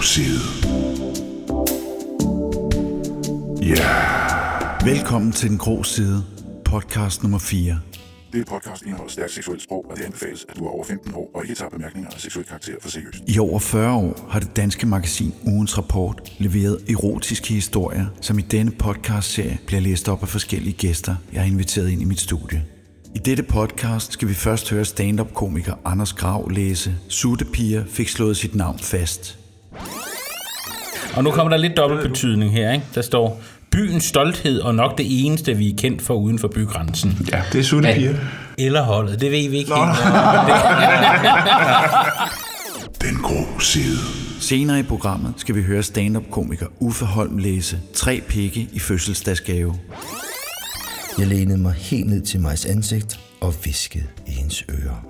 grå side. Yeah. Velkommen til Den Grå Side, podcast nummer 4. Det podcast indeholder stærkt seksuelt sprog, og det anbefales, at du er over 15 år og ikke tager bemærkninger af seksuel karakter for seriøst. I over 40 år har det danske magasin Ugens Rapport leveret erotiske historier, som i denne podcastserie bliver læst op af forskellige gæster, jeg har inviteret ind i mit studie. I dette podcast skal vi først høre stand-up-komiker Anders Grav læse Suttepiger fik slået sit navn fast. Og nu kommer der lidt dobbeltbetydning her, ikke? Der står, byens stolthed og nok det eneste, vi er kendt for uden for bygrænsen. Ja, det er Suttepiger. Eller holdet, det ved vi ikke helt. Den grå side. Senere i programmet skal vi høre stand-up-komiker Uffe Holm læse 3 pikke i fødselsdagsgave. Jeg lænede mig helt ned til Majs ansigt og viskede i hendes ører.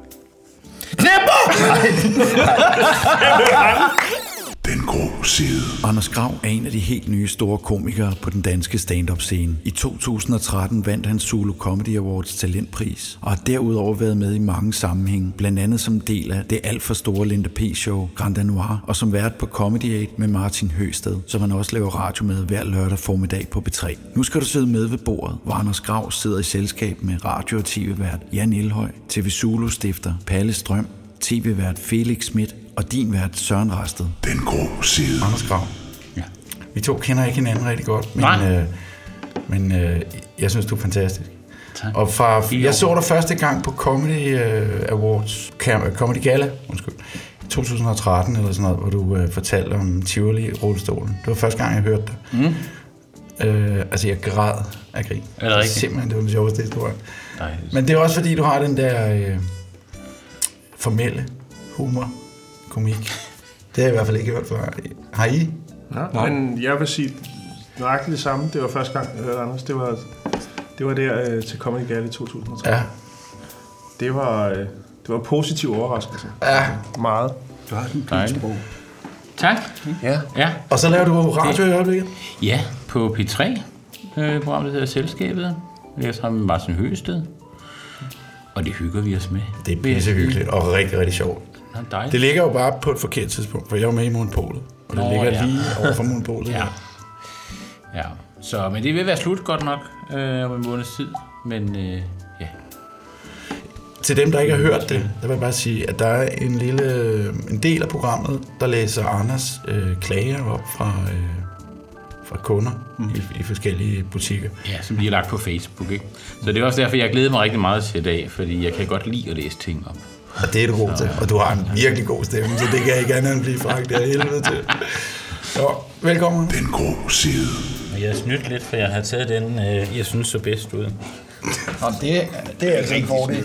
Den grå side. Anders Grav er en af de helt nye store komikere på den danske stand-up-scene. I 2013 vandt han Zulu Comedy Awards talentpris, og har derudover været med i mange sammenhænge, blandt andet som del af det alt for store Linda P-show Grand Danois, og som vært på Comedy Aid med Martin Høsted, som han også laver radio med hver lørdag formiddag på B3. Nu skal du sidde med ved bordet, hvor Anders Grav sidder i selskab med radio- og tv-vært Jan Elhøj, TV Zulu-stifter Palle Strøm, tv-vært Felix Schmidt og din vært Søren Rasted. Den grå side. Anders Grav. Ja. Vi to kender ikke hinanden rigtig godt, men jeg synes, du er fantastisk. Tak. Og jeg så dig første gang på Comedy Awards, Comedy Gala, 2013 eller sådan noget, hvor du fortalte om Tivoli-rullestolen. Det var første gang, jeg hørte dig. Altså, jeg græd af grin. Er det rigtigt? Simpelthen, det var den sjoveste historie. Men det er også fordi, du har den der formelle humor, komik. Det har jeg i hvert fald ikke hørt før. Har I? Nej, men jeg vil sige nøjagtigt det samme. Det var første gang, jeg hørte Anders. Det var der til Comedy Gala i 2013. Ja. Det var en positiv overraskelse. Ja. Meget. Du har den dejlige sprog. Tak. Ja. Og så laver du radio i øjeblikket? Ja, på P3. Programmet hedder Selskabet. Jeg er sammen med Martin Høsted. Og det hygger vi os med. Det er pissehyggeligt og rigtig, rigtig sjovt. Dejligt. Det ligger jo bare på et forkert tidspunkt, for jeg var med i Monopolet. Og det ligger lige over for Monopolet. Ja. Så, men det vil være slut godt nok om en måneds tid. Men ja. Til dem, der ikke har hørt det, der vil jeg bare sige, at der er en del af programmet, der læser Anders klager op fra kunder i forskellige butikker. Ja, som de har lagt på Facebook, ikke? Så det er også derfor, jeg glæder mig rigtig meget til i dag, fordi jeg kan godt lide at læse ting op. Og det er du god til, og du har en virkelig god stemme, så det kan jeg ikke andet end blive fragt af helvede til. Så, velkommen. Den grå side. Jeg har snydt lidt, for jeg har taget den, jeg synes så bedst ud. Og det er altså en fordel.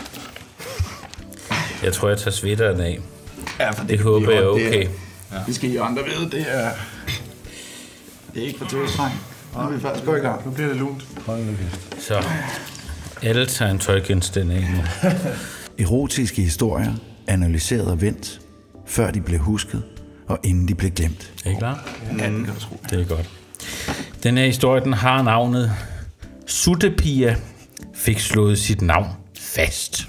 Jeg tror, jeg tager sweateren af. Ja, for det håber jeg er okay. Det skal I andre vide, det er ikke for tøvstreng. Og vi faktisk går i gang. Nu bliver det lunt. Så, alle tager en tøjgenstand af nu. Erotiske historier, analyseret og vendt, før de blev husket, og inden de blev glemt. Er I klar? Ja, det er godt. Den her historie, den har navnet Suttepiger fik slået sit navn fast.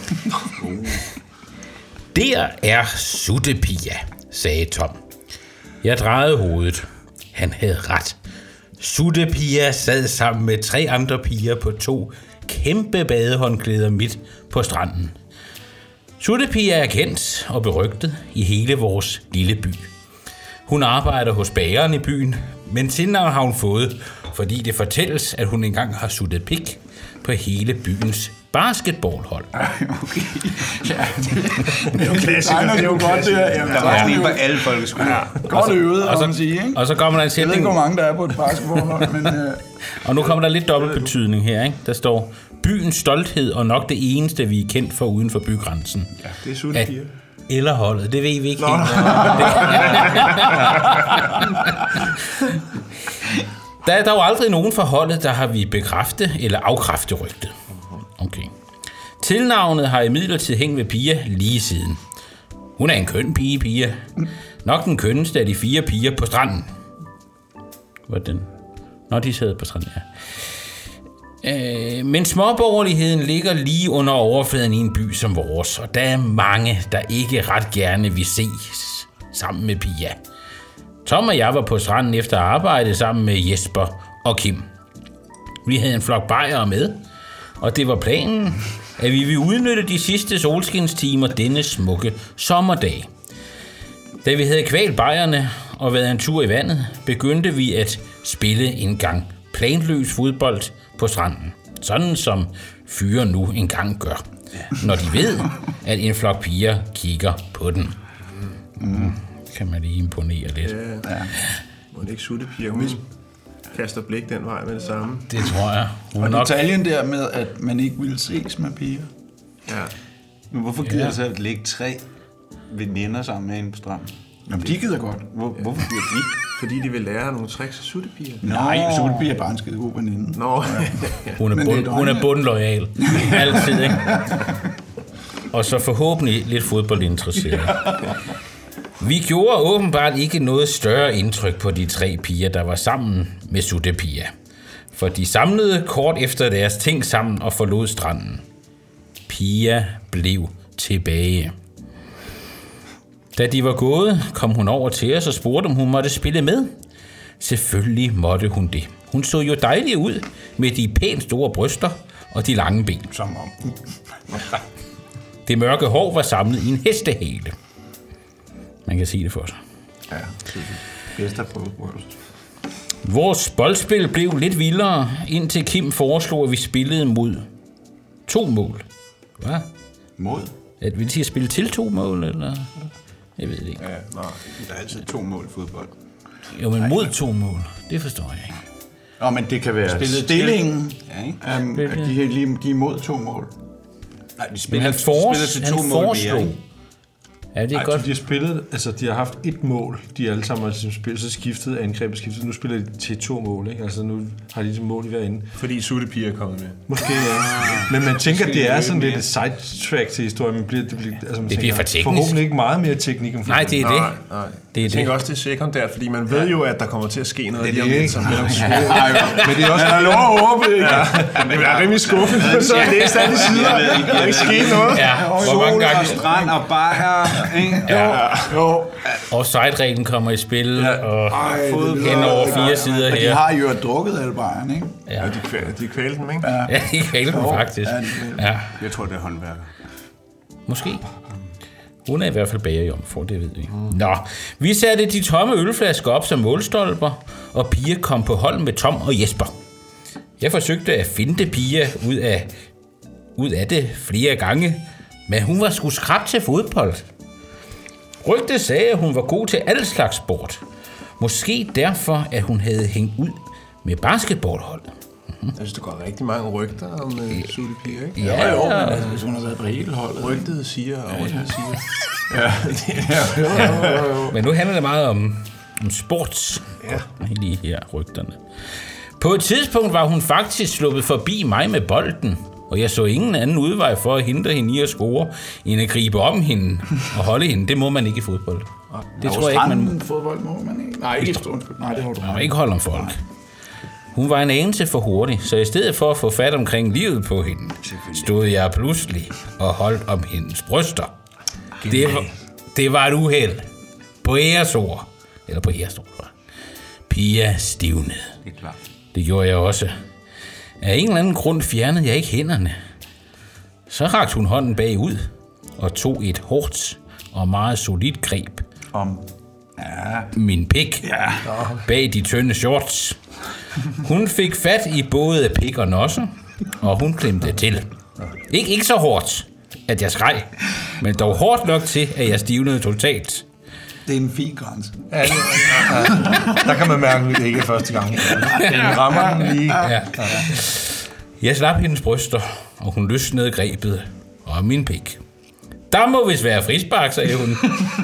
Der er Suttepiger, sagde Tom. Jeg drejede hovedet. Han havde ret. Suttepiger sad sammen med 3 andre piger på 2 kæmpe badehåndklæder midt på stranden. Suttepiger er kendt og berygtet i hele vores lille by. Hun arbejder hos bageren i byen, men tilnavn har hun fået, fordi det fortælles, at hun engang har suttet pik på hele byens basketballhold. Okay. Ja, det er jo klassisk. Det er jo godt, det her. Der var sådan en på alle folkeskoler. Ja. Godt øvet, og så sige, ikke? Og så kommer der en sætning. Jeg ved ikke, hvor mange der er på et basketballhold, men... Og nu kommer der lidt dobbeltbetydning her, ikke? Der står, byens stolthed og nok det eneste, vi er kendt for uden for bygrænsen. Ja, det er Suttepiger. Eller holdet, det ved vi ikke helt. Der er dog aldrig nogen fra holdet, der har vi bekræfte eller afkræfte rygtet. Okay. Tilnavnet har imidlertid hængt ved Pia lige siden. Hun er en køn pige, Pia. Nok den kønneste af de 4 piger på stranden. Hvordan? Når de sad på stranden, ja. Men småborgerligheden ligger lige under overfladen i en by som vores, og der er mange, der ikke ret gerne vil ses sammen med Pia. Tom og jeg var på stranden efter arbejde sammen med Jesper og Kim. Vi havde en flok bajere med, og det var planen, at vi ville udnytte de sidste solskinstimer denne smukke sommerdag. Da vi havde kvalt bajerne og været en tur i vandet, begyndte vi at spille en gang planløs fodbold på stranden. Sådan som fyre nu engang gør, når de ved, at en flok piger kigger på den. Kan man lige imponere lidt. Ja. Må det ikke suttepiger, hun kaster blik den vej med det samme. Det tror jeg. Og detaljen der med, at man ikke ville ses med piger. Ja. Men hvorfor gider jeg så at lægge 3 veninder sammen med hende på stranden? Jamen, de gider godt. Hvorfor gider de? Fordi de vil lære nogle tricks af suttepiger. Nej, suttepiger er bare en skide god veninde. Nå. Hun er bundloyal. Altid, ikke? Og så forhåbentlig lidt fodboldinteresseret. Vi gjorde åbenbart ikke noget større indtryk på de 3 piger, der var sammen med Sutepia. For de samlede kort efter deres ting sammen og forlod stranden. Pia blev tilbage. Da de var gået, kom hun over til os og spurgte, om hun måtte spille med. Selvfølgelig måtte hun det. Hun så jo dejlig ud med de pænt store bryster og de lange ben. Som om. Det mørke hår var samlet i en hestehale. Man kan sige det for sig. Ja, bedst at prøve. Vores boldspil blev lidt vildere, indtil Kim foreslog, at vi spillede mod 2 mål. Hvad? Mod? At vi til spille til 2 mål, eller? Jeg ved det ikke. Ja, nej, der er altid 2 mål i fodbold. Jo, men mod 2 mål, det forstår jeg ikke. Nå, men det kan være stillingen, at de er mod 2 mål. Nej, de Men spiller, han til 2 mål foreslog. mere. Ja, det er Ej, godt. de har spillet, altså de har haft 1 mål, de alle sammen har spillet, så skiftede angrebet skiftet. Nu spiller de til 2 mål, ikke? Altså nu har de ligesom mål i hver ende. Fordi suttepiger er kommet med. Måske, ja. Men man tænker, det er sådan lidt et sidetrack til historien. Man bliver, altså man Det bliver for teknisk. Forhåbentlig ikke meget mere teknik om Nej, det er det. Nej. Det er Jeg tænker det. også, det er sekundært, fordi man ved jo, at der kommer til at ske noget Det lige er om det, lidt. ikke? Som Men det er også... Han har lov at håbe, ikke? Men jeg er rimelig skuffet, så det er stadig sider. Der er ikke sket noget. Ja, hvor mange gange... Strand og bajer, ikke? Ja. Jo. Og side-reglen kommer i spil, og hen over 4 sider Og de her. har jo drukket alle bajerne, ikke? Ja, De kvælte dem, ikke? ja det er helt faktisk. Ja, Jeg tror, det er håndværker. måske. Hun er i hvert fald bagerjomfru, det ved vi. Nå, vi satte de tomme ølflasker op som målstolper, og Pia kom på hold med Tom og Jesper. Jeg forsøgte at finde Pia ud af det flere gange, men hun var sgu skrab til fodbold. Rygtet sagde, at hun var god til al slags sport. Måske derfor, at hun havde hængt ud med basketballholdet. Jeg synes, der går rigtig mange rygter om suttepiger, ikke? Ja, jo. Altså, hvis hun har været på hele holdet. Rygtet siger, og rygtet siger. Men nu handler det meget om sports. Ja. Lige her, rygterne. På et tidspunkt var hun faktisk sluppet forbi mig med bolden, og jeg så ingen anden udvej for at hindre hende i at score, end at gribe om hende og holde hende. Det må man ikke i fodbold. Det tror jeg ikke, man må. Fodbold må man ikke. Nej, ikke undskyld. Nej, det må du. Man må ikke holde om folk. Hun var en anelse for hurtig, så i stedet for at få fat omkring livet på hende, stod jeg pludselig og holdt om hendes bryster. Det var et uheld. På æresord. Eller på æresord. Pia stivnede. Det er klart. Det gjorde jeg også. Af en eller anden grund fjernede jeg ikke hænderne. Så rakte hun hånden bagud og tog et hårdt og meget solidt greb Om. min pik bag de tynde shorts. Hun fik fat i både pik og nosser, og hun klemte til. Ikke så hårdt, at jeg skreg, men dog hårdt nok til, at jeg stivnede totalt. Det er en fin grænse. Der kan man mærke, at det ikke er første gang. Den rammer den lige. Ja. Jeg slap hendes bryster, og hun løsnede grebet og min pik. Der må vist være frispark, sagde hun.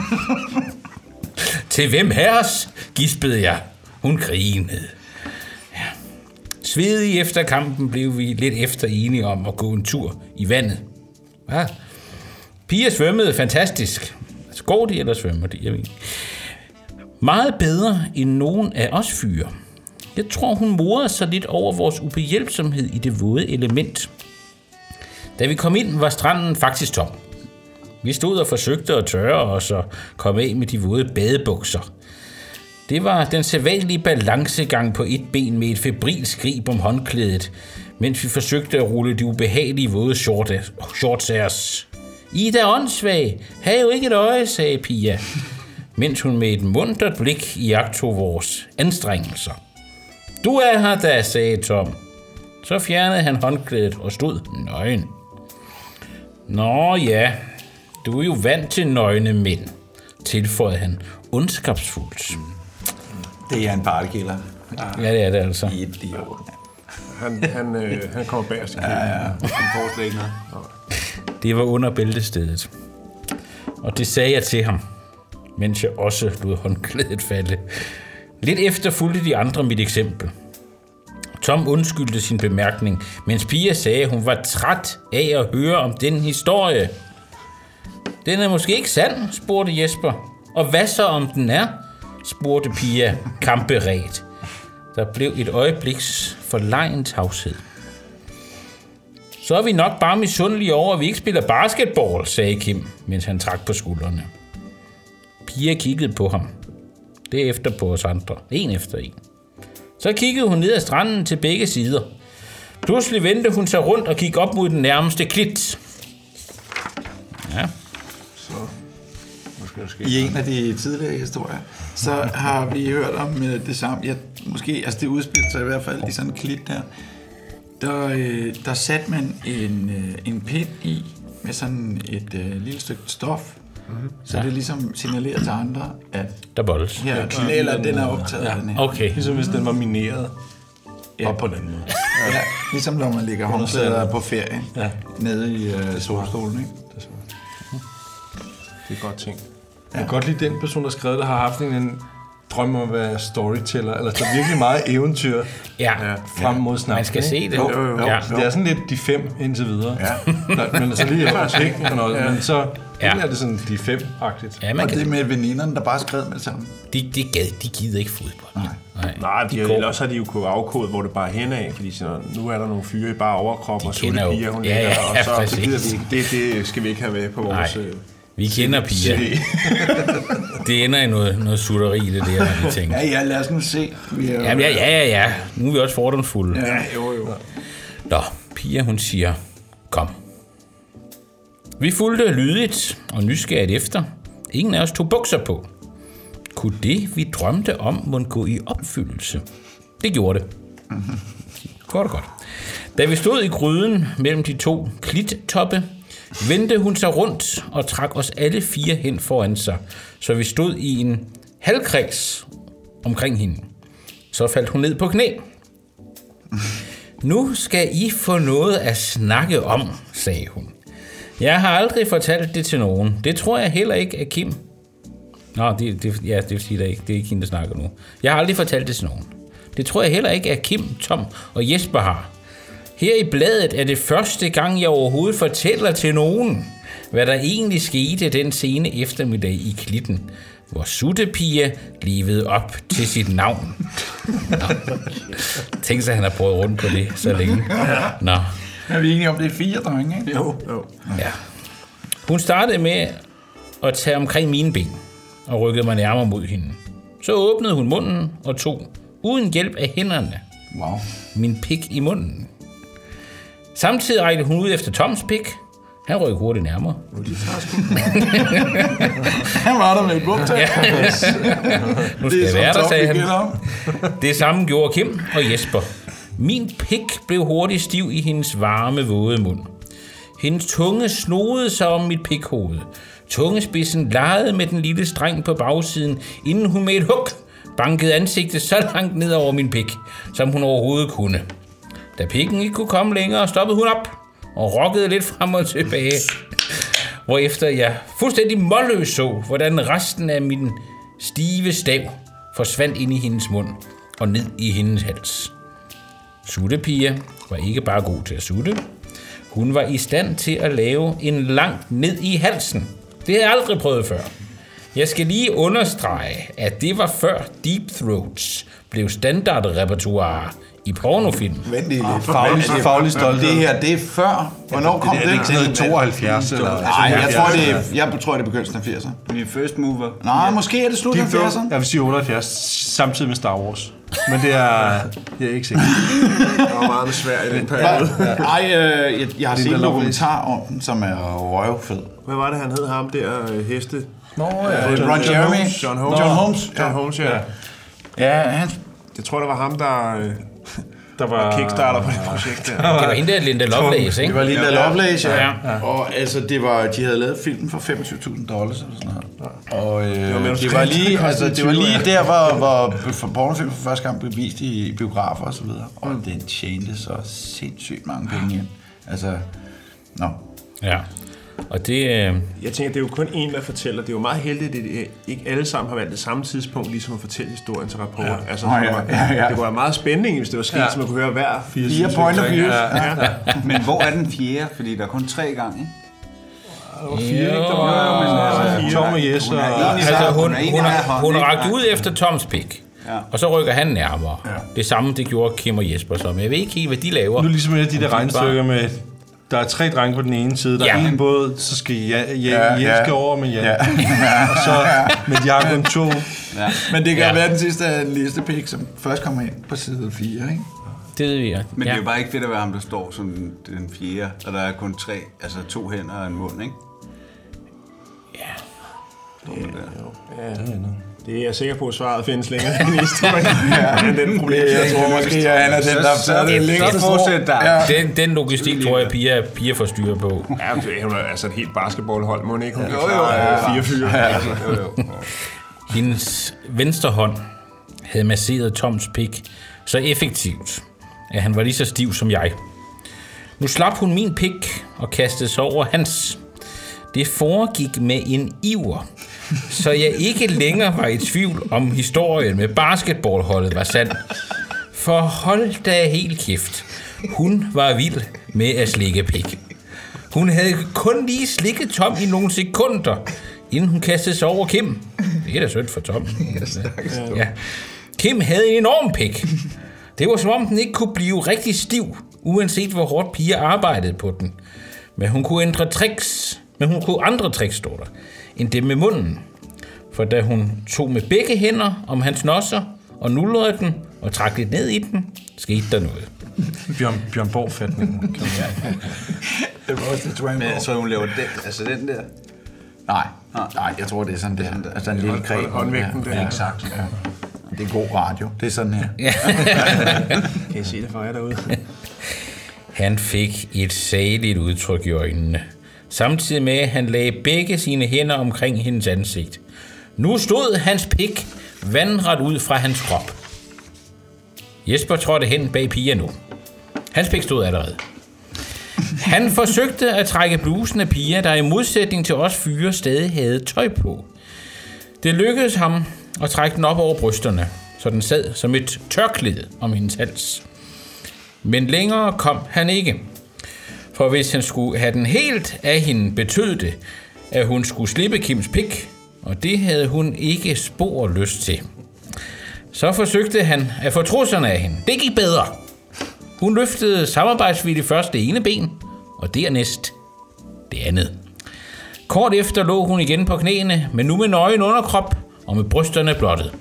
Til hvem herres, gispede jeg. Hun grinede. Ja. Svedig efter kampen blev vi lidt efter enige om at gå en tur i vandet. Ja. Pia svømmede fantastisk. Altså, går de eller svømmer de? Jeg ved ikke. Meget bedre end nogen af os fyre. Jeg tror, hun morede sig lidt over vores ubehjælpsomhed i det våde element. Da vi kom ind, var stranden faktisk tom. Vi stod og forsøgte at tørre os og komme af med de våde badebukser. Det var den sædvanlige balancegang på et ben med et febrilsk grib om håndklædet, mens vi forsøgte at rulle de ubehagelige våde shorts af os. Ida åndssvag, have jo ikke et øje, sagde Pia, mens hun med et muntert blik iagttog vores anstrengelser. Du er her da, sagde Tom. Så fjernede han håndklædet og stod nøgen. Nå ja, du er jo vant til nøgne mænd, tilføjede han ondskabsfuldt. Det er en partykiller. Ja, det er det altså. Idiot. Han kommer bagerst i køen. Ja. Han får slet ikke noget. Det var under bæltestedet. Og det sagde jeg til ham, mens jeg også lod håndklædet falde. Lidt efter fulgte de andre mit eksempel. Tom undskyldte sin bemærkning, mens Pia sagde, at hun var træt af at høre om den historie. Den er måske ikke sand, spurgte Jesper. Og hvad så om den er? Spurgte Pia kampberedt. Der blev et øjebliks forlegen tavshed. Så er vi nok bare misundelige over, at vi ikke spiller basketball, sagde Kim, mens han trak på skuldrene. Pia kiggede på ham. Derefter på os andre. En efter en. Så kiggede hun ned ad stranden til begge sider. Pludselig vendte hun sig rundt og gik op mod den nærmeste klit. Ja. Så. I en af de tidligere historier, så har vi hørt om det samme. Ja, måske, altså det udspillede sig i hvert fald i sådan en klit der. Der satte man en pind i med sådan et lille stykke stof, så det ligesom signalerer til andre, at der bolles. Her knæler, den er optaget af den her. Okay. Ligesom hvis den var mineret. Og på den måde. Ja, ligesom når man ligger håndklæder på ferie nede i solstolen, ikke? Det er godt ting. Jeg kan godt lide den person, der skrev, der har haft en drøm om at være storyteller, eller der er virkelig meget eventyr frem mod snart. Man skal se det. Jo. Ja. Det er sådan lidt de 5 indtil videre. Ja. Men så lige efter ting og noget, men så er det sådan de 5-agtigt. Ja, og det med veninderne, der bare skrev med det samme. De gider ikke fodbold. Nej, ellers har de jo kunnet afkode, hvor det bare er henad, fordi så, nu er der nogle fyre i bare overkrop, og så er det piger, hun ligger, og så gider vi ikke. Det skal vi ikke have med på vores... Vi kender Pia. Det ender i noget sutteri, det der, vi tænker. Ja, lad os nu se. Jamen, ja. Nu er vi også fordomsfulde. Ja, jo. Nå, Pia, hun siger, kom. Vi fulgte lydigt og nysgerrigt efter. Ingen af os tog bukser på. Kunne det, vi drømte om, måtte gå i opfyldelse? Det gjorde det. Kort og godt. Da vi stod i gryden mellem de 2 klittoppe, vendte hun sig rundt og trak os alle 4 hen foran sig, så vi stod i en halvkreds omkring hende. Så faldt hun ned på knæ. Nu skal I få noget at snakke om, sagde hun. Jeg har aldrig fortalt det til nogen. Det tror jeg heller ikke er Kim. Nå, det vil sige, det er ikke hende, der snakker nu. Jeg har aldrig fortalt det til nogen. Det tror jeg heller ikke er Kim, Tom og Jesper har. Her i bladet er det første gang, jeg overhovedet fortæller til nogen, hvad der egentlig skete den sene eftermiddag i klitten, hvor Suttepia levede op til sit navn. Tænk sig, at han har prøvet rundt på det så længe. Nå. Er vi enige om, det er 4 drenge, ikke? Jo. Ja. Hun startede med at tage omkring mine ben og rykkede mig nærmere mod hende. Så åbnede hun munden og tog, uden hjælp af hænderne, min pik i munden. Samtidig rækkede hun ud efter Toms pik. Han røg hurtigt nærmere. Han var der med et bukter. Nu skal jeg være der, sagde han. Det samme gjorde Kim og Jesper. Min pik blev hurtigt stiv i hendes varme, våde mund. Hendes tunge snodede sig om mit pikhoved. Tungespidsen legede med den lille streng på bagsiden, inden hun med et hug bankede ansigtet så langt ned over min pik, som hun overhovedet kunne. Da pikken ikke kunne komme længere, stoppede hun op og rokkede lidt frem og tilbage. Hvorefter jeg fuldstændig målløs så, hvordan resten af min stive stav forsvandt ind i hendes mund og ned i hendes hals. Suttepia var ikke bare god til at sutte. Hun var i stand til at lave en langt ned i halsen. Det havde jeg aldrig prøvet før. Jeg skal lige understrege, at det var før Deep Throats blev standardrepertoire i pornofilm. Vent lige lidt. Faglig stolthed. Det her, det er før. Hvornår kom det? Er det ikke sådan noget 72? Eller? Nej, jeg tror, det er begyndelsen af 80'erne. Vi er first mover. Nej, måske er det slut af 80'erne. Jeg vil sige 78, samtidig med Star Wars. Men det er ikke sikkert. Det var meget svært i den periode. Jeg har set en dokumentar om den, som er røvfed. Hvad var det, han hed ham der heste? Ron Jeremy. John Holmes, ja. Ja, han... Jeg tror, det var ham, der var kickstarter på det projekt der. Det var hende der, Linda Lovelace, ikke? Det var Linda Lovelace, ja. Og altså, de havde lavet filmen for $25,000 eller sådan noget. Og det var lige der, hvor pornofilm for første gang blev vist i biografer og så videre. Og den tjente så sindssygt mange penge ind. Altså, Ja. Og det... Jeg tænker, det er jo kun en, der fortæller. Det er jo meget heldigt, at ikke alle sammen har valgt det samme tidspunkt, ligesom at fortælle historien til rapport. Ja. Altså, det kunne være meget spændende, hvis det var sket, så man kunne høre hver 4 point of views. Men hvor er den fjerde? Fordi der er kun 3 gange, ikke? Der var 4, ikke? Der var Tom og Jess og... Hun rakte ud efter Toms pik. Ja. Og så rykker han nærmere. Ja. Det samme, det gjorde Kim og Jesper så. Men jeg ved ikke helt, hvad de laver. Nu er ligesom de der regnstykker med... Der er 3 drenge på den ene side, der er en båd, så skal Jens skal over med Jan. Og så med Jakob 2. Ja. Men det kan være den sidste listepik, som først kommer ind på side 4, ikke? Det ved vi, ja. Men det er jo bare ikke fedt at være ham, der står som den fjerde, og der er kun 3, altså 2 hænder og en mund, ikke? Det er jeg sikker på, at svaret findes længere i historien. Den problem, jeg tror måske, at han er den, der tager det længere. Den logistik, tror jeg, piger får styr på. Ja, det er altså et helt basketballhold, må ikke? Hun kan klare 4 fyre. Hendes venstre hånd havde masseret Toms pik så effektivt, at han var lige så stiv som jeg. Nu slap hun min pik og kastede sig over hans. Det foregik med en iver, så jeg ikke længere var i tvivl om historien med basketballholdet var sand. For hold da helt kæft. Hun var vild med at slikke pik. Hun havde kun lige slikket Tom i nogle sekunder, inden hun kastede sig over Kim. Det er da sødt for Tom. Ja. Kim havde en enorm pik. Det var som om den ikke kunne blive rigtig stiv, uanset hvor hårdt piger arbejdede på den. Men hun kunne andre tricks, stod der, end det med munden. For da hun tog med begge hænder om hans nosser og nullede den og trak lidt ned i den, skete der noget. Bjørn Borg-fatningen. Det var også det, men jeg tror, hun laver den, altså den der. Nej, jeg tror, det er sådan der. Altså en lille greb. Håndvægten der. Ja, exakt. Ja. Det er god radio. Det er sådan her. Kan I se det for jer derude? Han fik et saligt udtryk i øjnene, samtidig med, at han lagde begge sine hænder omkring hendes ansigt. Nu stod hans pik vandret ud fra hans krop. Jesper trådte hen bag piger nu. Hans pik stod allerede. Han forsøgte at trække blusen af piger, der i modsætning til os fyre stadig havde tøj på. Det lykkedes ham at trække den op over brysterne, så den sad som et tørklæde om hendes hals. Men længere kom han ikke. For hvis han skulle have den helt af hende, betød det, at hun skulle slippe Kims pik, og det havde hun ikke spor lyst til. Så forsøgte han at få trusserne af hende. Det gik bedre. Hun løftede samarbejdsvilligt først det ene ben, og dernæst det andet. Kort efter lå hun igen på knæene, men nu med nøgen underkrop og med brysterne blottet.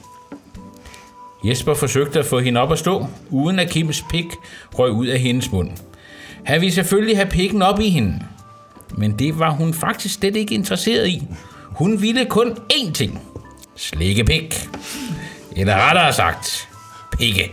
Jesper forsøgte at få hende op at stå, uden at Kims pik røg ud af hendes mund. Han ville selvfølgelig have pikken op i hende, men det var hun faktisk slet ikke interesseret i. Hun ville kun én ting. Slikke pik. Eller rettere sagt, pikke.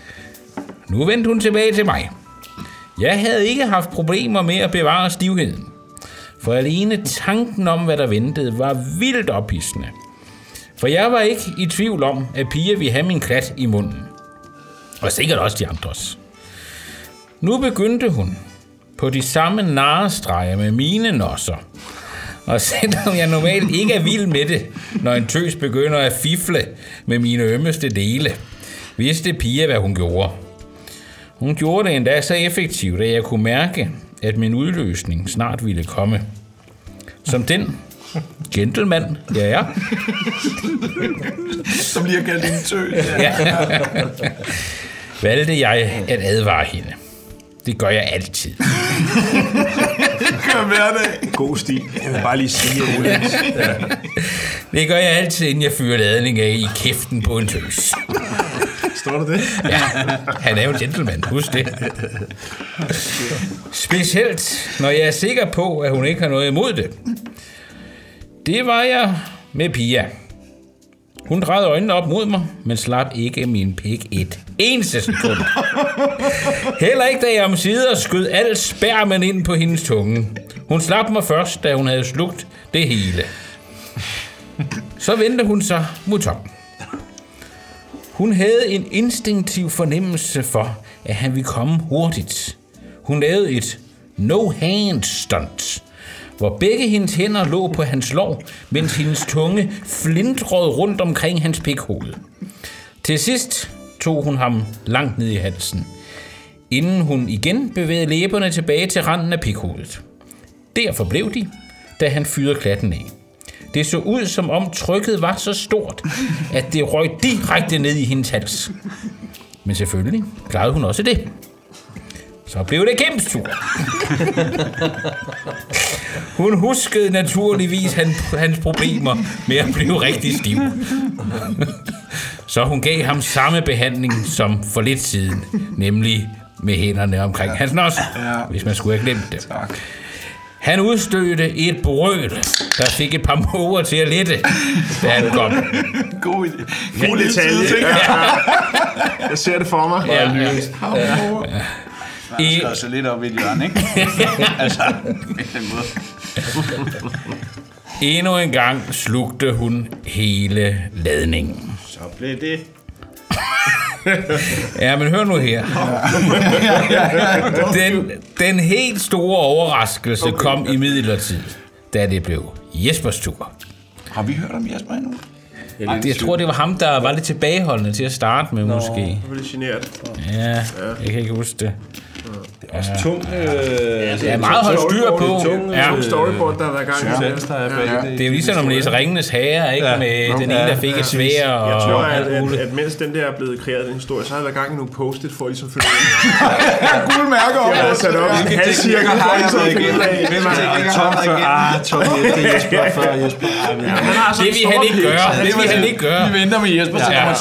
Nu vendte hun tilbage til mig. Jeg havde ikke haft problemer med at bevare stivheden, for alene tanken om, hvad der ventede, var vildt ophidsende. For jeg var ikke i tvivl om, at piger ville have min klat i munden. Og sikkert også de andres. Nu begyndte hun på de samme narrestreger med mine nosser. Og selvom jeg normalt ikke er vild med det, når en tøs begynder at fifle med mine ømmeste dele, vidste piger, hvad hun gjorde. Hun gjorde det endda så effektivt, at jeg kunne mærke, at min udløsning snart ville komme. Som den gentleman, jeg er. Som lige har kaldt en tøs. Ja. valgte jeg at advare hende. Det gør jeg altid. Det gør hver dag. God stil. Jeg vil bare lige sige, Ole. Det gør jeg altid, inden jeg fyrer ladning af i kæften på en tøs. Står der det? Ja, han er jo en gentleman, husk det. Specielt, når jeg er sikker på, at hun ikke har noget imod det. Det var jeg med Pia. Hun drejede øjnene op mod mig, men slap ikke min pik et eneste sekund. Heller ikke, da jeg omsider skød alt spermen ind på hendes tunge. Hun slap mig først, da hun havde slugt det hele. Så vendte hun sig mod Tom. Hun havde en instinktiv fornemmelse for, at han ville komme hurtigt. Hun lavede et no-hand stunt, hvor begge hendes hænder lå på hans lår, mens hendes tunge flintrede rundt omkring hans pikhoved. Til sidst tog hun ham langt ned i halsen, inden hun igen bevægede læberne tilbage til randen af pikhovedet. Derfor blev de, da han fyrede klatten af. Det så ud, som om trykket var så stort, at det røg direkte ned i hendes hals. Men selvfølgelig klarede hun også det. Så blev det Kims tur. Hun huskede naturligvis hans problemer med at blive rigtig stiv. Så hun gav ham samme behandling som for lidt siden, nemlig med hænderne omkring hans nos, hvis man skulle have glemt det. Tak. Han udstødte et brøl, der fik et par måger til at lette, da han kom. God idé. God detalje, ikke? Jeg ser det for mig. Ja. Man skal også lidt op i et hjørne, ikke? Altså, på den måde. Endnu en gang slugte hun hele ladningen. Så blev det. Ja, men hør nu her. Den helt store overraskelse kom imidlertid, da det blev Jespers tur. Har vi hørt om Jesper endnu? Jeg tror, det var ham, der var lidt tilbageholdende til at starte med, måske. Det var lidt genert. Ja, jeg kan ikke huske det. Det er også tung. Ja, meget holdt styr på. Ja, storyboard, der har været gang i. Det er jo ligesom, når man læser Ringenes Herre, ikke? Med den ene, der fik et sværd og... Jeg tror, at mens den der er blevet kreeret, den historie, så har der været gang i nogle post-it for ligesom følge Gule mærker op. Jeg har sat op i en halv cirkel, for ligesom at følge Tom før Jesper før Jesper. Det vil han ikke gøre. Det vil han ikke gøre. Vi venter med Jesper, så kommer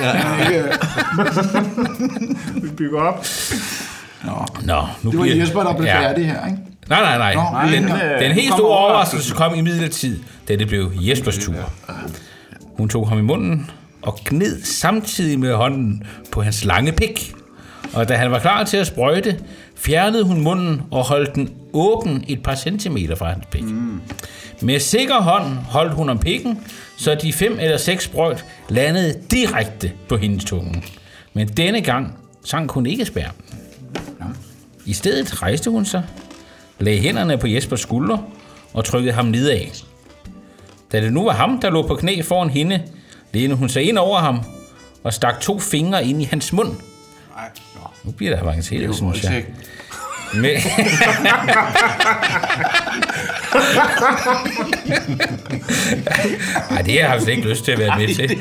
3. Vi bygger op. Nå, nu det var bliver... Jesper, der blev færdig her, ikke? Nej. Den helt store overraskelse kom i midlertid, da det blev Jespers tur. Hun tog ham i munden og gned samtidig med hånden på hans lange pik. Og da han var klar til at sprøjte, fjernede hun munden og holdt den åben et par centimeter fra hans pik. Med sikker hånd holdt hun om pikken, så de 5 eller 6 sprøjt landede direkte på hendes tunge. Men denne gang sank hun ikke spermen. I stedet rejste hun sig, lagde hænderne på Jespers skuldre og trykkede ham nedad. Da det nu var ham, der lå på knæ foran hende, lænede hun sig ind over ham og stak 2 fingre ind i hans mund. Nu bliver der avanceret, synes jeg. Ej, det har jeg slet ikke lyst til at være med til.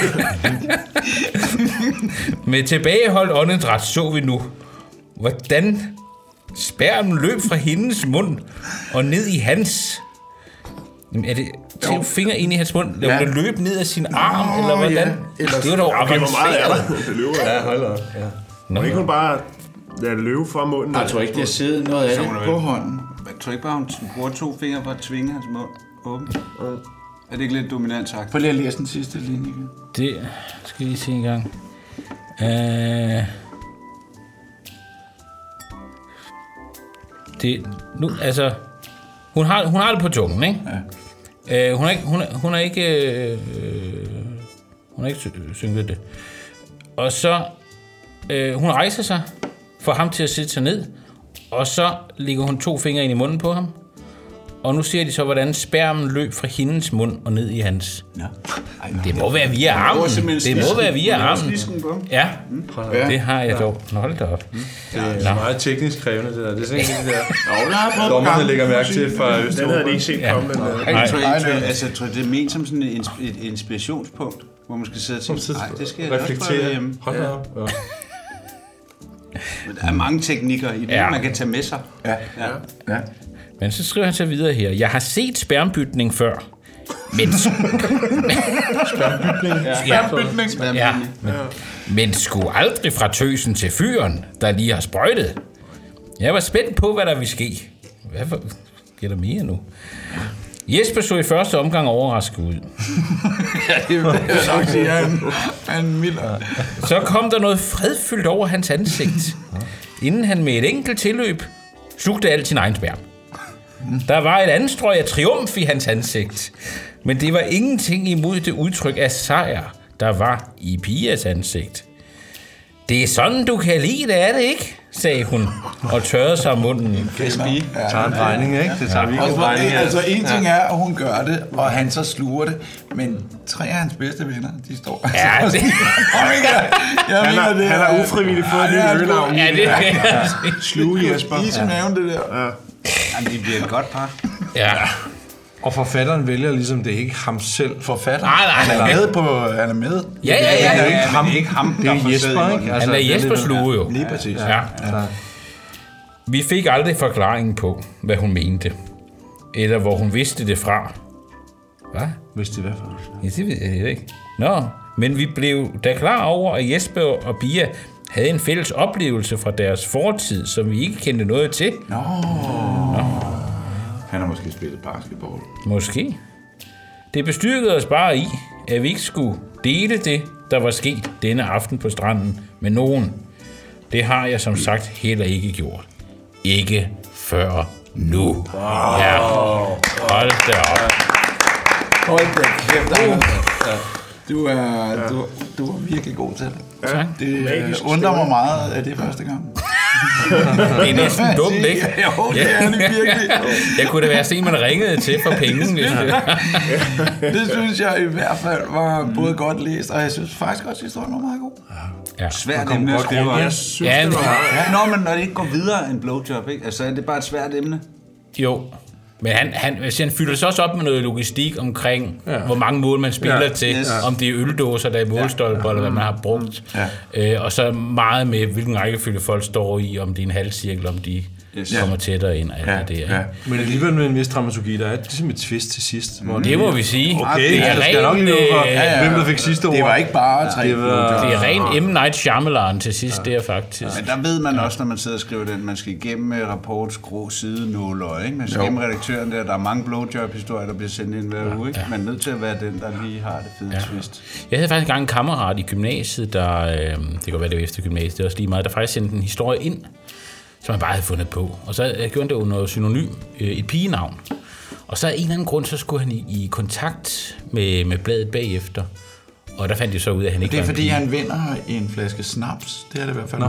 Med tilbageholdt åndedræt så vi nu, hvordan spermen løb fra hendes mund og ned i hans. Jamen, er det 2 fingre ind i hans mund? Eller det løb ned af sin arm, eller hvordan? Ja. Det var dog avanceret. Det løber. Ja, hold op. Må ikke hun bare lade det løbe fra munden? Jeg tror ikke, der sidder noget af det på hånden. Jeg tror ikke bare, hun bruger 2 fingre for at tvinge hans mund åben. Er det ikke lidt dominant sagt? Prøv lige at læse den sidste linje. Det skal vi se en gang. Det nu altså hun har det på tungen, ikke? Ja. Hun har ikke synket det. Og så hun rejser sig, får ham til at sætte sig ned, og så lægger hun 2 fingre ind i munden på ham. Og nu ser de så, hvordan spermen løb fra hendes mund og ned i hans. Ja. Det må være via armen. Det må være via armen. Ja, det har jeg dog. Nå, hold da op. Det er meget teknisk krævende, det der. Det er sådan en det der dommerne lægger mærke til fra Østeuropa. Den havde de ikke set komme. Jeg tror, det er ment som sådan et inspirationspunkt, hvor man skal sidde og tænke, nej, det skal jeg også prøve hjemme. Hold da op. Der er mange teknikker i det, man kan tage med sig. Ja. Men så skriver han så videre her. Jeg har set spermbytning før. Men... Men skulle aldrig fra tøsen til fyren, der lige har sprøjtet. Jeg var spændt på, hvad der ville ske. Hvad giver der mere nu? Jesper så i første omgang overrasket ud. Det vil jeg nok sige, han milder. Så kom der noget fredfyldt over hans ansigt, inden han med et enkelt tilløb slugte alt sin egen sperm. Der var et anstrøg af triumf i hans ansigt, men det var ingenting imod det udtryk af sejr, der var i Pias ansigt. Det er sådan, du kan lide det, er det ikke? Sagde hun, og tørrede sig om munden. Det tager en drejning, ikke? Det tager virkelig en drejning. Altså, en ting er, at hun gør det, og han så sluger det, men 3 af hans bedste venner, de står... Ja, det... Han har ufrivilligt fået en ølnavn. Ja, det er Sluge Jesper. I som nævnte det der. Jamen, de bliver et godt par. Ja. Og forfatteren vælger ligesom, det er ikke ham selv. Forfatter? Nej. Han er med. Ja. Det er ikke ham, det er ikke ham, det er Jesper, ikke? Han er Jesper Sluge jo. Lige præcis. Ja. Vi fik aldrig forklaringen på, hvad hun mente. Eller hvor hun vidste det fra. Hvad? Vidste det hvad for? Ja, det ved jeg ikke. Nå, men vi blev da klar over, at Jesper og Pia havde en fælles oplevelse fra deres fortid, som vi ikke kendte noget til. Nå. Han har måske spillet basketball. Måske. Det bestyrkede os bare i, at vi ikke skulle dele det, der var sket denne aften på stranden med nogen. Det har jeg som sagt heller ikke gjort. Ikke før nu. Ja. Hold da op. Hold da kæft, du er virkelig god til det. Tak. Det undrer mig meget, at det er første gang. Det er næsten dumt, ikke? Jo, det er det virkelig. Jeg kunne da være sådan, man ringede til for penge. Hvis Det synes jeg i hvert fald var både godt læst, og jeg synes faktisk også, at historien var meget god. Ja. Svært emne at skrive. Jeg synes, det var... Nå, men når det ikke går videre end blowjob, ikke? Altså, er det bare et svært emne? Jo. Men han fylder sig også op med noget logistik omkring, hvor mange mål man spiller til, om det er øldåser, der er målstolper, eller hvad man har brugt. Og så meget med, hvilken rækkefølge folk står i, om det er en halvcirkel, om de kommer tættere ind. Men alligevel med en vis dramaturgi, der er ligesom et twist til sidst. Det må vi sige. Okay, det er skal nok lige nå for, hvem der fik sidste ord. Det var ikke bare 3. Det er ren M. Night Shyamalan til sidst, det er faktisk. Men der ved man også, når man sidder og skriver den, man skal igennem rapports grå sidenåler, ikke? Man skal igennem redaktøren der er mange blowjob-historier, der bliver sendt ind hver uge, ikke? Man er nødt til at være den, der lige har det fede twist. Jeg havde faktisk engang en kammerat i gymnasiet, der, det kan være det var efter gymnasiet, det er også lige meget, der faktisk sendte en historie ind, som jeg bare havde fundet på. Og så gjorde det jo noget synonym, et pigenavn. Og så af en eller anden grund, så skulle han i kontakt med bladet bagefter. Og der fandt de så ud af, at han ikke det er var fordi, han vinder en flaske snaps. Det er det i hvert fald.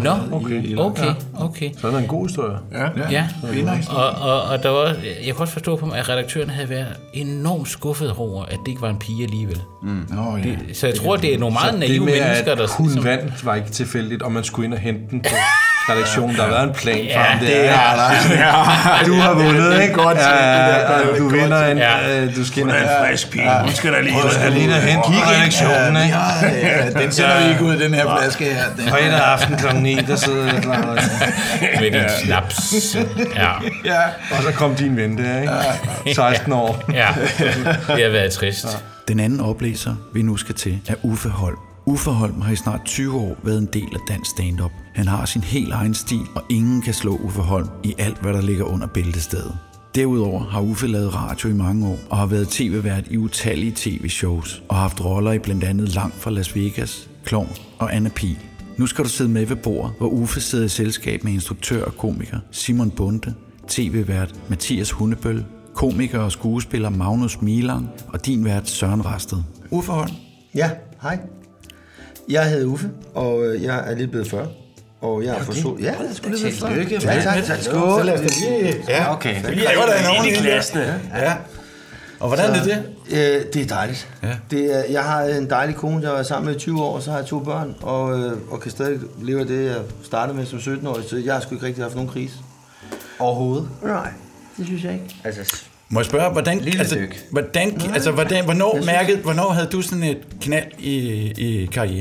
Okay. Så er der en god historie. Ja. Og der var, jeg kunne også forstå på mig, at redaktøren havde været enormt skuffet over, at det ikke var en pige alligevel. Så jeg tror, det er nogle meget naive mennesker, der... Hun vandt var ikke tilfældigt, og man skulle ind og hente den på redaktionen. Der har været en plan for ham. Det er der. Du har vundet, ikke? Godt du vinder en... Du skal ind og hente en frisk pige. Hun skal da lige... Du skal lige hente på redaktionen, ikke? Ja, den sender vi ikke ud, den her flaske her. Fredag aften kl. 9, der sidder jeg klar. Med din snaps. Ja. Og så kom din ven der, ikke? 16 år. Ja, det har været trist. Den anden oplæser, vi nu skal til, er Uffe Holm. Uffe Holm har i snart 20 år været en del af dansk stand-up. Han har sin helt egen stil, og ingen kan slå Uffe Holm i alt, hvad der ligger under bæltestedet. Derudover har Uffe lavet radio i mange år, og har været tv-vært i utallige tv-shows, og har haft roller i blandt andet Langt fra Las Vegas, Klovn og Anna Pihl. Nu skal du sidde med ved bordet, hvor Uffe sidder i selskab med instruktør og komiker Simon Bonde, tv-vært Mathias Hundebøl, komiker og skuespiller Magnus Milang og din vært Søren Rasted. Uffe Holm. Ja, hej. Jeg hedder Uffe, og jeg er lige blevet 40. Og jeg har forstået... Ja, jeg skulle lige blive 40. Ja, tak. Skål. Ja, okay. Det var da nogen i klassen. Ja. Og hvordan er det? Det er dejligt. Ja. Jeg har en dejlig kone, jeg har været sammen med i 20 år, og så har jeg 2 børn, og kan stadig leve af det, jeg startede med som 17-årig, så jeg har sgu ikke rigtig haft nogen krise. Overhovedet? Nej, det synes jeg ikke. Altså, må jeg spørge, hvornår havde du sådan et knald i karrieren?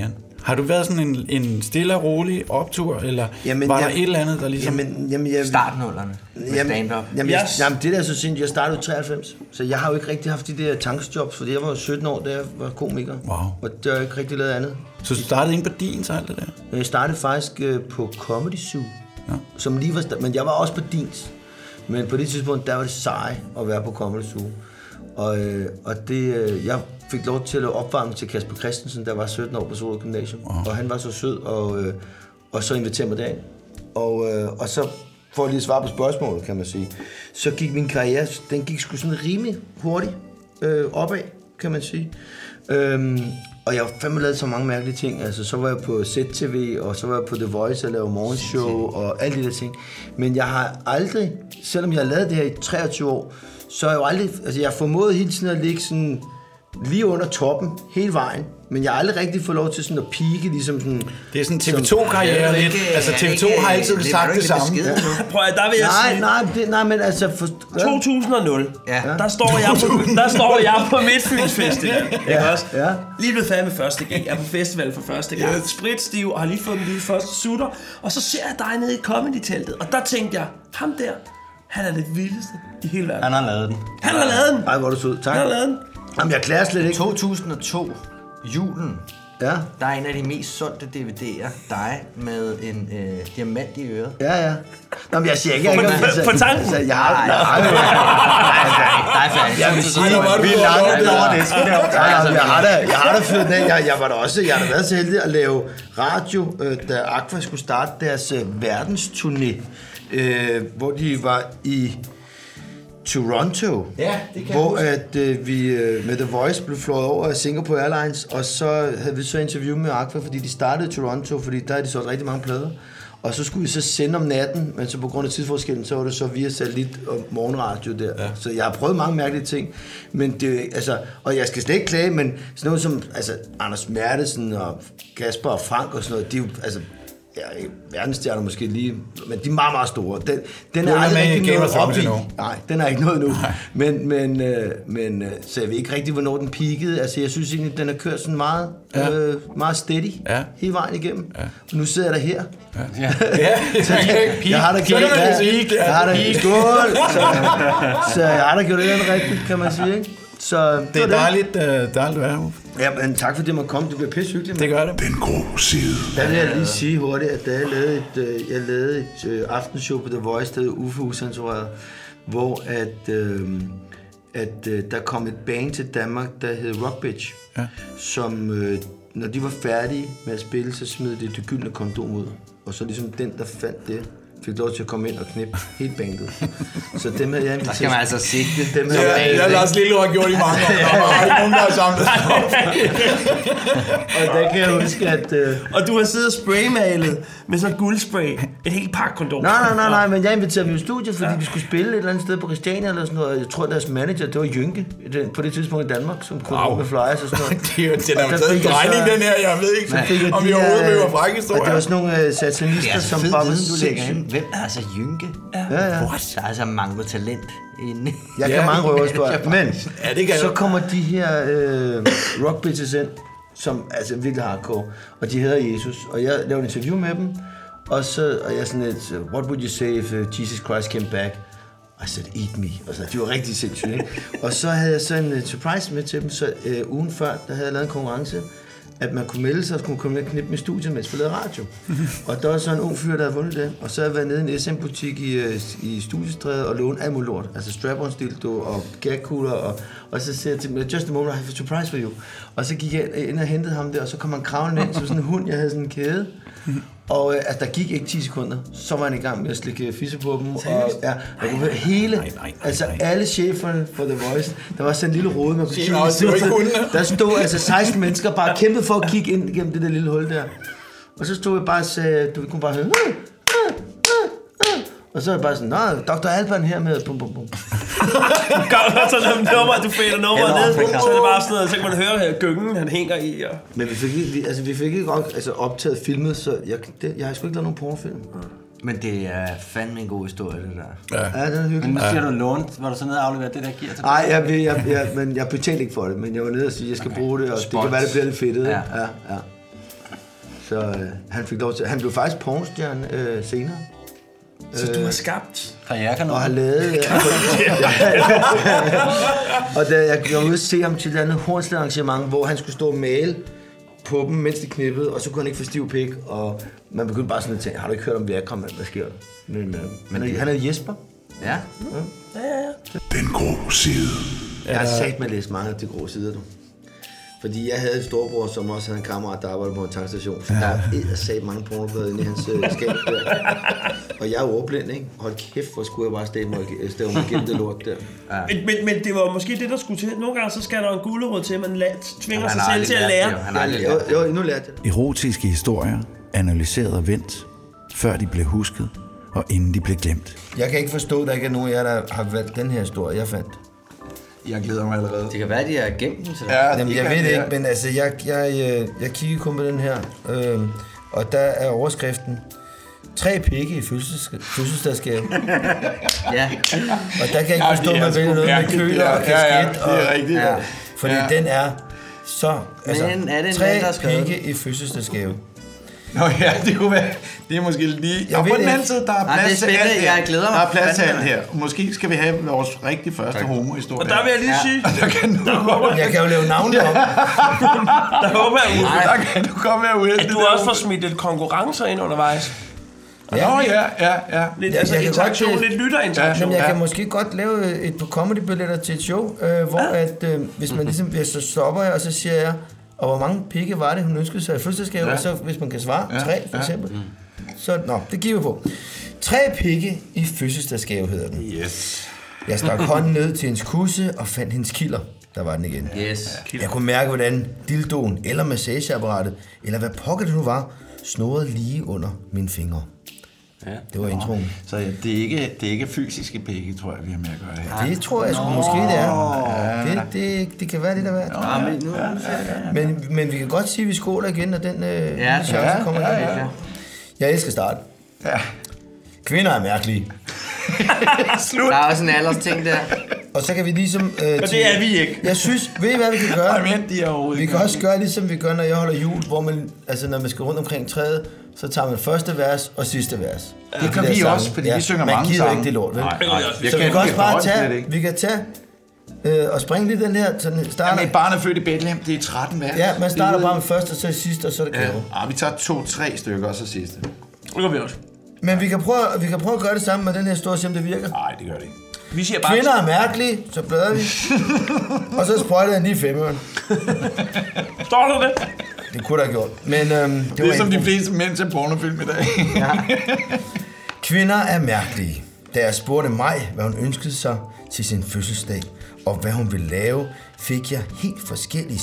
Har du været sådan en stille og rolig optur, eller var der et eller andet, der ligesom... Startnullerne med stand-up. Jamen, det der så sindssygt, jeg startede i 93, så jeg har jo ikke rigtig haft de der tankesjobs, fordi jeg var 17 år, da jeg var komiker. Wow. Og det har jeg ikke rigtig lavet andet. Så du startede inde på din, så alt det der? Jeg startede faktisk på Comedy Zoo, som lige var... Men jeg var også på Dins. Men på det tidspunkt, der var det seje at være på Comedy Zoo. Og det... Jeg fik lov til at opvarme til Kasper Christensen, der var 17 år på Solrød Gymnasium. Og han var så sød, og så inviterede mig derind. Og så, for lige at svare på spørgsmålet, kan man sige, så gik min karriere, den gik sgu sådan rimelig hurtigt opad, kan man sige. Og jeg har fandme lavet så mange mærkelige ting. Altså, så var jeg på ZTV, og så var jeg på The Voice og lavede morgenshow og alle de der ting. Men jeg har aldrig, selvom jeg har lavet det her i 23 år, så har jeg jo aldrig, altså jeg har formået hele tiden at ligge sådan lige under toppen hele vejen, men jeg har aldrig rigtig fået lov til sådan at peake, ligesom sådan... Det er sådan TV2-karriere lidt. Altså TV2 har altid sagt det samme. Prøv at, der vil jeg sige... Nej, men altså... 2000, der står jeg på Midtfyns Festival. Ikke også? Ja. Lige blevet færdig med første gang. Jeg er på festival for første gang. Spritstiv, og har lige fået min første sutter. Og så ser jeg dig nede i comedy-teltet, og der tænkte jeg, ham der, han er det vildeste i hele verden. Han har lavet den. Ej, hvor er du sød. Tak. Han har lavet den. Jamen, jeg klarer slet ikke. 2002, julen. Ja. Der er en af de mest solgte DVD'er, dig med en diamant i øret. Ja. Nå, men jeg siger ikke... På tanken? Nej, jeg vil sige, vi er langt over det. Jeg har da fyret den af. Jeg har da været så heldig at lave radio, da Aqua skulle starte deres verdensturné, hvor de var i Toronto, hvor at vi med The Voice blev flået over af Singapore Airlines, og så havde vi så interview med Aqua, fordi de startede i Toronto, fordi der havde de solgt rigtig mange plader. Og så skulle vi så sende om natten, men så på grund af tidsforskellen, så var det så via satellit og morgenradio der. Ja. Så jeg har prøvet mange mærkelige ting, men det, altså, og jeg skal slet ikke klage, men sådan noget som altså, Anders Mertesen og Kasper og Frank og sådan noget, de er jo, altså, verdensstjerner måske lige, men de er meget, meget store. Den er aldrig rigtig noget op i. Nej, den er ikke noget nu. Men så jeg ved ikke rigtig, hvornår den peakede. Altså, jeg synes egentlig, den har kørt sådan meget, meget steady hele vejen igennem. Ja. Og nu sidder jeg der her. Ja. Jeg har da gjort det rigtigt, kan man sige, ikke? Så det er dejligt at være her. Ja, men tak fordi man kom. Det bliver pisse hyggeligt. Det gør det. Den grå side. Der vil jeg lige sige hurtigt, at da jeg lavede et aftenshow på The Voice, der hed Uffe Usensureret, hvor at der kom et band til Danmark, der hed Rock Bitch, som når de var færdige med at spille, så smed det gyldne kondom ud. Og så ligesom den, der fandt det, fik lov til at komme ind og knippe helt banket. Så dem havde jeg inviteret. Der skal man altså sigte. Dem havde jeg har Lars Lillegaard gjort i mange år. Der var ikke nogen, der har samlet. Og der kan jeg huske, at... Og du har siddet og spraymalet med sådan guldspray. Et helt pakke kondom. Nej, men jeg inviterede dem i studiet, fordi vi skulle spille et eller andet sted på Christiania eller sådan noget. Jeg tror, deres manager, det var Jynke, på det tidspunkt i Danmark, som kunne med flyers og sådan noget. Det er jo taget en drejning, den her. Jeg ved ikke, om vi overhovedet vil være frække historier. Og det var sådan nogle satanister, som bare var sindssygt. Hvem er altså Jynke? Ja. Der er altså manglet talent inde. Jeg kan mange røverhistorier, men så kommer de her rock bitches ind, som altså virkelig hardcore, og de hedder Jesus, og jeg lavede en interview med dem, og jeg sådan lidt, what would you say if Jesus Christ came back? I said, eat me. Og så, de var rigtig sindssygt, ikke? Og så havde jeg så en surprise med til dem, så ugen før, der havde jeg lavet en konkurrence, at man kunne melde sig og skulle komme ned og knippe med studiet, mens vi lavede radio. Og der var så en ung fyr, der havde vundet det. Og så havde jeg været nede i en SM-butik i Studiestræde og låne alt muligt lort. Altså strap-on-dildo og gagkugler. Og så siger jeg til dem, just a moment, I have a surprise for you. Og så gik jeg ind og hentede ham der, og så kom han kravlende ind som sådan en hund. Jeg havde sådan en kæde. Og der gik ikke 10 sekunder, så var han i gang med at slikke fisse på dem. Og jeg kunne høre hele, altså alle cheferne for The Voice, der var sådan en lille rode, man kunne kigge i. Der stod altså 16 mennesker bare kæmpede for at kigge ind gennem det der lille hul der. Og så stod jeg bare og sagde, du kunne bare høre, og så er jeg bare sådan, nej, Dr. Alban her med, bum, bum, bum. Så du fader nummeret ned, så er det bare sådan noget, så kan man høre her, gyngen, han hænger i. Og... Men vi fik ikke optaget filmet, så jeg har sgu ikke lavet nogen pornofilm. Men det er fandme en god historie, det der. Ja, det er hyggeligt. Men siger du lånt, var du så nede og afleveret det der gear tilbage? Nej, men jeg betalte ikke for det, men jeg var nede og sige, at jeg skal bruge det, og det kan være, det bliver lidt fedtet. Ja. Så han fik lov til... Han blev faktisk pornostjerne senere. Så du har skabt karrierekanonen. Og har lavet... og da jeg var ude at se ham til et andet Hornslet-arrangement, hvor han skulle stå og male på dem, mens de knippede, og så kunne han ikke få stiv pik, og man begyndte bare sådan at tænke, har du ikke hørt om Viagra, mand? Hvad sker der? Men han er Jesper. Ja. Den grå side. Jeg har sagt med at læse mange af de grå sider, du. Fordi jeg havde en storbror, som også havde en kammerat, der arbejdede på en tankstation. Så der er sagt mange pornoblade inde i hans skab der. Og jeg er ordblind, ikke? Hold kæft, hvor skulle jeg bare stave mig igennem det lort der. Ja. Men det var måske det, der skulle til. Nogle gange så skal der en gulerod til, at man tvinger sig selv til at lære. Jo, nu lærte jeg. Erotiske historier, analyseret og vendt, før de blev husket, og inden de blev glemt. Jeg kan ikke forstå, at der ikke er nogen af jer, der har valgt den her historie, jeg fandt. Jeg glæder mig allerede. Det kan være, at de har gemt den til dig. Ja, jamen, jeg ved det ikke, men altså, jeg kiggede kun på den her, og der er overskriften 3 pikke i fødselsdagsgave. Ja. Og der kan jeg ikke forstå, at man vælger noget med køler og kasket. Ja, det er rigtigt. Ja, fordi den er så... Altså, men er det en 3 mand, der har skrevet? pikke i fødselsdagsgave. Nå ja, det kunne være... Det er måske lige... Og på den anden side, der er plads til alt her. Jeg glæder mig. Der er plads til alt her. Måske skal vi have vores rigtig første homo-historie. Og der vil jeg lige sige... Jeg kan jo lave navnet op. Der håber jeg ude. Der kan du komme herude. At du også får smidt lidt konkurrencer ind undervejs. Ja. Lidt, altså interaktion, lidt lytterinteraktion. Men jeg kan måske godt lave et par comedy-billetter til et show, hvor at, hvis man ligesom så stopper jeg, og så siger jeg, og hvor mange pikke var det, hun ønskede sig i fødselsdagsgave, og så hvis man kan svare, 3 for eksempel. Så, det giver vi på. 3 pikke i fødselsdagsgave hedder den. Yes. Jeg stak hånden ned til hendes kusse og fandt hendes kilder. Der var den igen. Yes. Jeg kunne mærke, hvordan dildoen eller massageapparatet, eller hvad pokker det nu var, snurrede lige under mine fingre. Ja. Det var introen. Så det er ikke fysiske pikke, tror jeg, vi har med at gøre her. Det tror jeg sgu måske, det er. Det kan være det, der er. Men vi kan godt sige, at vi skåler igen, når den chance kommer igen. Jeg elsker starten. Ja. Kvinder er mærkelige. Der er også en alders ting der. Og så kan vi ligesom... og det er vi ikke. Jeg synes, ved I hvad vi kan gøre? Vi kan også gøre ligesom vi gør, når jeg holder jul, hvor man, altså når man skal rundt omkring træet, så tager man første vers og sidste vers. Det kan vi også, fordi vi synger mange sange. Man gider ikke det lort, vel? Så vi kan også bare tage, og springe lidt den her, så den starter... Jamen, et barn er født i Bethlehem, det er 13 vers. Ja, man starter bare med første, og så sidste, og så er det kæve. Ja, vi tager 2-3 stykker, og så sidste. Det gør vi også. Men vi kan prøve at gøre det samme med den her historie, se om det virker. Nej, det gør det ikke. Vi siger bare... Kvinder er mærkelige, så bladrer vi. Og så sprøjter jeg lige 5'eren. Står du det? Det kunne der have gjort. Men, det er som de fleste mænd til pornofilm i dag. Ja. Kvinder er mærkelige. Da jeg spurgte mig, hvad hun ønskede sig til sin fødselsdag, og hvad hun ville lave, fik jeg helt forskellige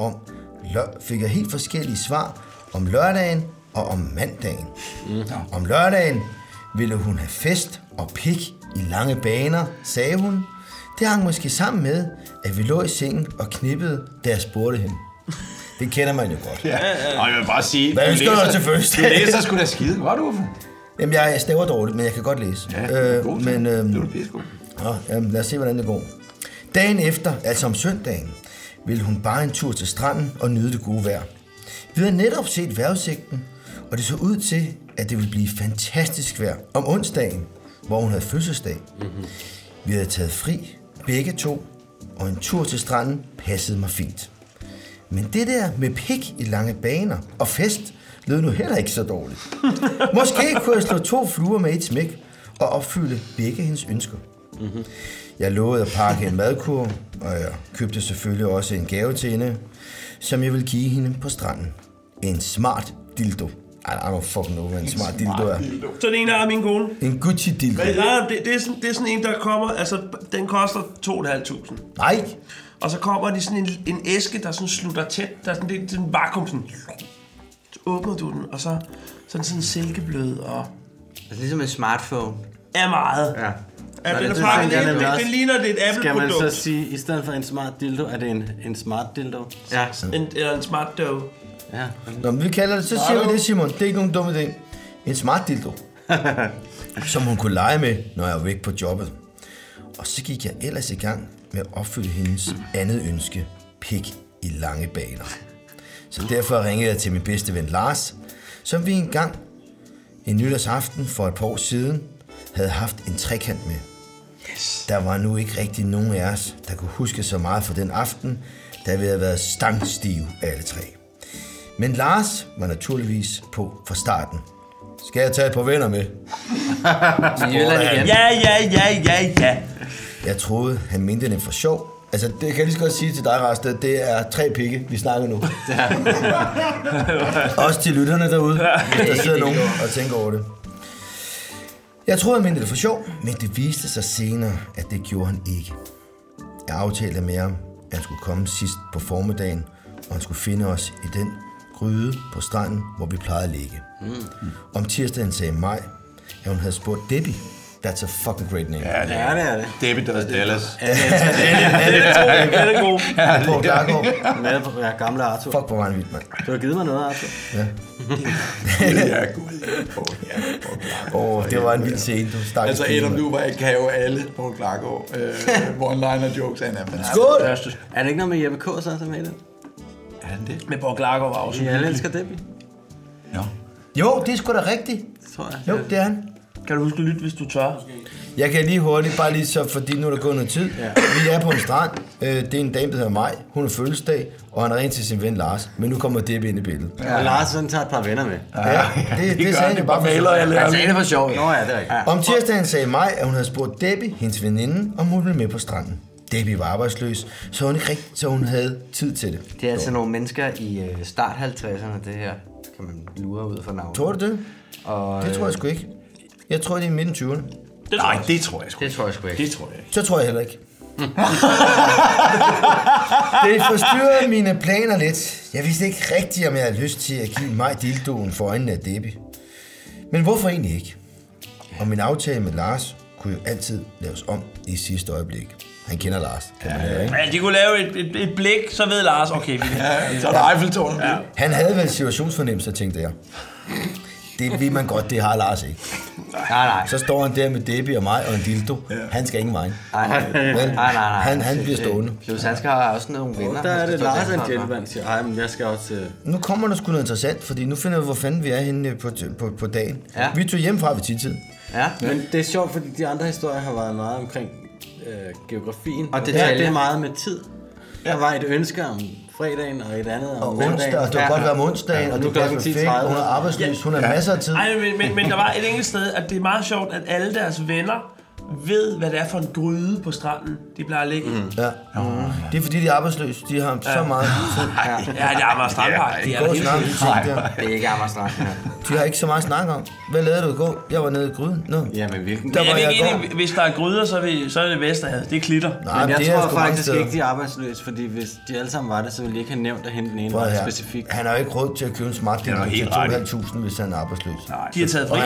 svar om lørdagen og om mandagen. Om lørdagen ville hun have fest og pik i lange baner, sagde hun. Det hang måske sammen med, at vi lå i sengen og knippede, da jeg spurgte hende. Det kender man jo godt. Ja. Og jeg vil bare sige... Hvad ønsker du til fødselsdag? Du læser sgu da skide godt, Uffe. Jamen, jeg staver dårligt, men jeg kan godt læse. Ja, god tid. Det er pissegod. Lad os se, hvordan det går. Dagen efter, altså om søndagen, ville hun bare en tur til stranden og nyde det gode vejr. Vi havde netop set vejrudsigten, og det så ud til, at det ville blive fantastisk vejr om onsdagen, hvor hun havde fødselsdag. Vi havde taget fri, begge to, og en tur til stranden passede mig fint. Men det der med pik i lange baner og fest lød nu heller ikke så dårligt. Måske kunne jeg slå 2 fluer med et smæk og opfylde begge hendes ønsker. Jeg lovede at pakke en madkurv, og jeg købte selvfølgelig også en gave til hende, som jeg ville give hende på stranden. En smart dildo. I don't fucking know, hvad en smart dildo er. Så det ene er min kone. En Gucci dildo. Men, det er sådan en, der kommer, altså den koster 2.500. Nej. Og så kommer de sådan en æske, der sådan slutter tæt. Der er sådan, det er sådan en vakuum, sådan. Så åbner du den, og så er den sådan silkeblød og... Altså ligesom en smartphone. Er meget. Ja. Den ligner det et Apple-produkt. Skal man så sige, i stedet for en smart dildo, er det en smart dildo? Ja. Eller en smart dough. Ja. Nå, men vi kalder det, så siger vi det, Simon. Det er ikke nogen dumme idé. En smart dildo. Som hun kunne lege med, når jeg var væk på jobbet. Og så gik jeg ellers i gang med at opfylde hendes andet ønske. Pik i lange baner. Så derfor ringede jeg til min bedste ven Lars, som vi engang en nytårsaften for et par år siden havde haft en trekant med. Yes. Der var nu ikke rigtig nogen af os, der kunne huske så meget fra den aften, da vi havde været stangstive alle tre. Men Lars var naturligvis på fra starten. Skal jeg tage et par venner med? Ja. Jeg troede, han mente det for sjov. Altså, det kan jeg lige så godt sige til dig, Rasted. Det er 3 pigge, vi snakker nu. Også til lytterne derude, hvis der sidder nogen og tænker over det. Jeg troede, han mente det for sjov, men det viste sig senere, at det gjorde han ikke. Jeg aftalte med ham, at han skulle komme sidst på formiddagen, og han skulle finde os i den gryde på stranden, hvor vi plejede at ligge. Om tirsdagen sagde Maj, at hun havde spurgt Debbie. That's a fucking great name. Ja, det er det. Debbie Does Dallas. Det er god. På Klargaard. Med på gamle Arthur. Fuck, hvor var han vildt, mand. Du har givet mig noget, Arthur. Ja. Det var en vild scene, du stak. Altså, Adam, du kan jo alle på Klargaard. One-liner jokes af en. Skål! Er det ikke noget med Jeppe K. så med det? Er han det? Men Borg Klargaard var også alle elsker Debbie. Jo, det er sgu da rigtigt. Tror jeg. Jo, det er han. Kan du huske at lytte, hvis du tør? Jeg kan lige hurtigt, bare lige så, fordi nu er der gået noget tid. Ja. Vi er på en strand. Det er en dame, der hedder Maj. Hun er fødselsdag, og han har ringet til sin ven Lars. Men nu kommer Debbie ind i billedet. Ja, og Lars sådan tager et par venner med. Ja, det sagde han bare for sjov. Han sagde det for sjov. Nå ja, det er rigtigt. Om tirsdagen sagde Maj, at hun havde spurgt Debbie, hendes veninde, om hun ville med på stranden. Debbie var arbejdsløs, så hun havde tid til det. Det er altså nogle mennesker i start 50'erne, det her. Kan man lure ud for navnet. Tror du det? Og, det tror jeg sgu ikke. Jeg tror, det er i midten 20'erne. Nej, det tror jeg sgu ikke. Det tror jeg sgu ikke. Det tror jeg ikke. Så tror jeg heller ikke. Det forstyrrede mine planer lidt. Jeg vidste ikke rigtigt, om jeg havde lyst til at give mig dildoen for øjnene af Debbie. Men hvorfor egentlig ikke? Og min aftale med Lars kunne jo altid laves om i sidste øjeblik. Han kender Lars. Ja, de kunne lave et blik, så ved Lars, okay, så er der Eiffeltårnet. Ja. Han havde vel situationsfornemmelse, tænkte jeg. Det ved man godt, det har Lars ikke. Nej. Så står han der med Debbie og mig og en dildo. Ja. Han skal ingen vejen. Nej. Han bliver stående. Plus han skal have også nogle venner. Der er det Lars en gentleman, siger, ej, men jeg skal også... Nu kommer der sgu noget interessant, fordi nu finder vi, hvor fanden vi er henne på dagen. Ja. Vi tog hjem fra ved tidtid. Ja. Men det er sjovt, fordi de andre historier har været meget omkring geografien. Og det er meget med tid. Der var et ønske om fredagen og et andet om onsdag, og det kan godt være om onsdagen, og det kan perfekt. Hun er arbejdsløs, hun har masser af tid. Ej, men der var et enkelt sted, at det er meget sjovt, at alle deres venner ved, hvad det er for en gryde på stranden, de plejer at ligge i. Ja. Det er fordi, de er arbejdsløse. De har så meget tid. Ja, det er Amager Strandpark. Det er ikke Amager Strand. De har ikke så meget at snakke om. Hvad lavede du i går? Jeg var nede i gryden. Nå. Ja, men hvilken? Der var jeg ikke hvis der er gryder, så er det Vesterhavet. Det er klitter. Nej, men jeg tror faktisk ikke, de er arbejdsløse, fordi hvis de alle sammen var det, så ville de ikke have nævnt at hente den ene specifikt. Han har jo ikke råd til at købe en smart til 2.500, hvis han er arbejdsløs. De har taget fri.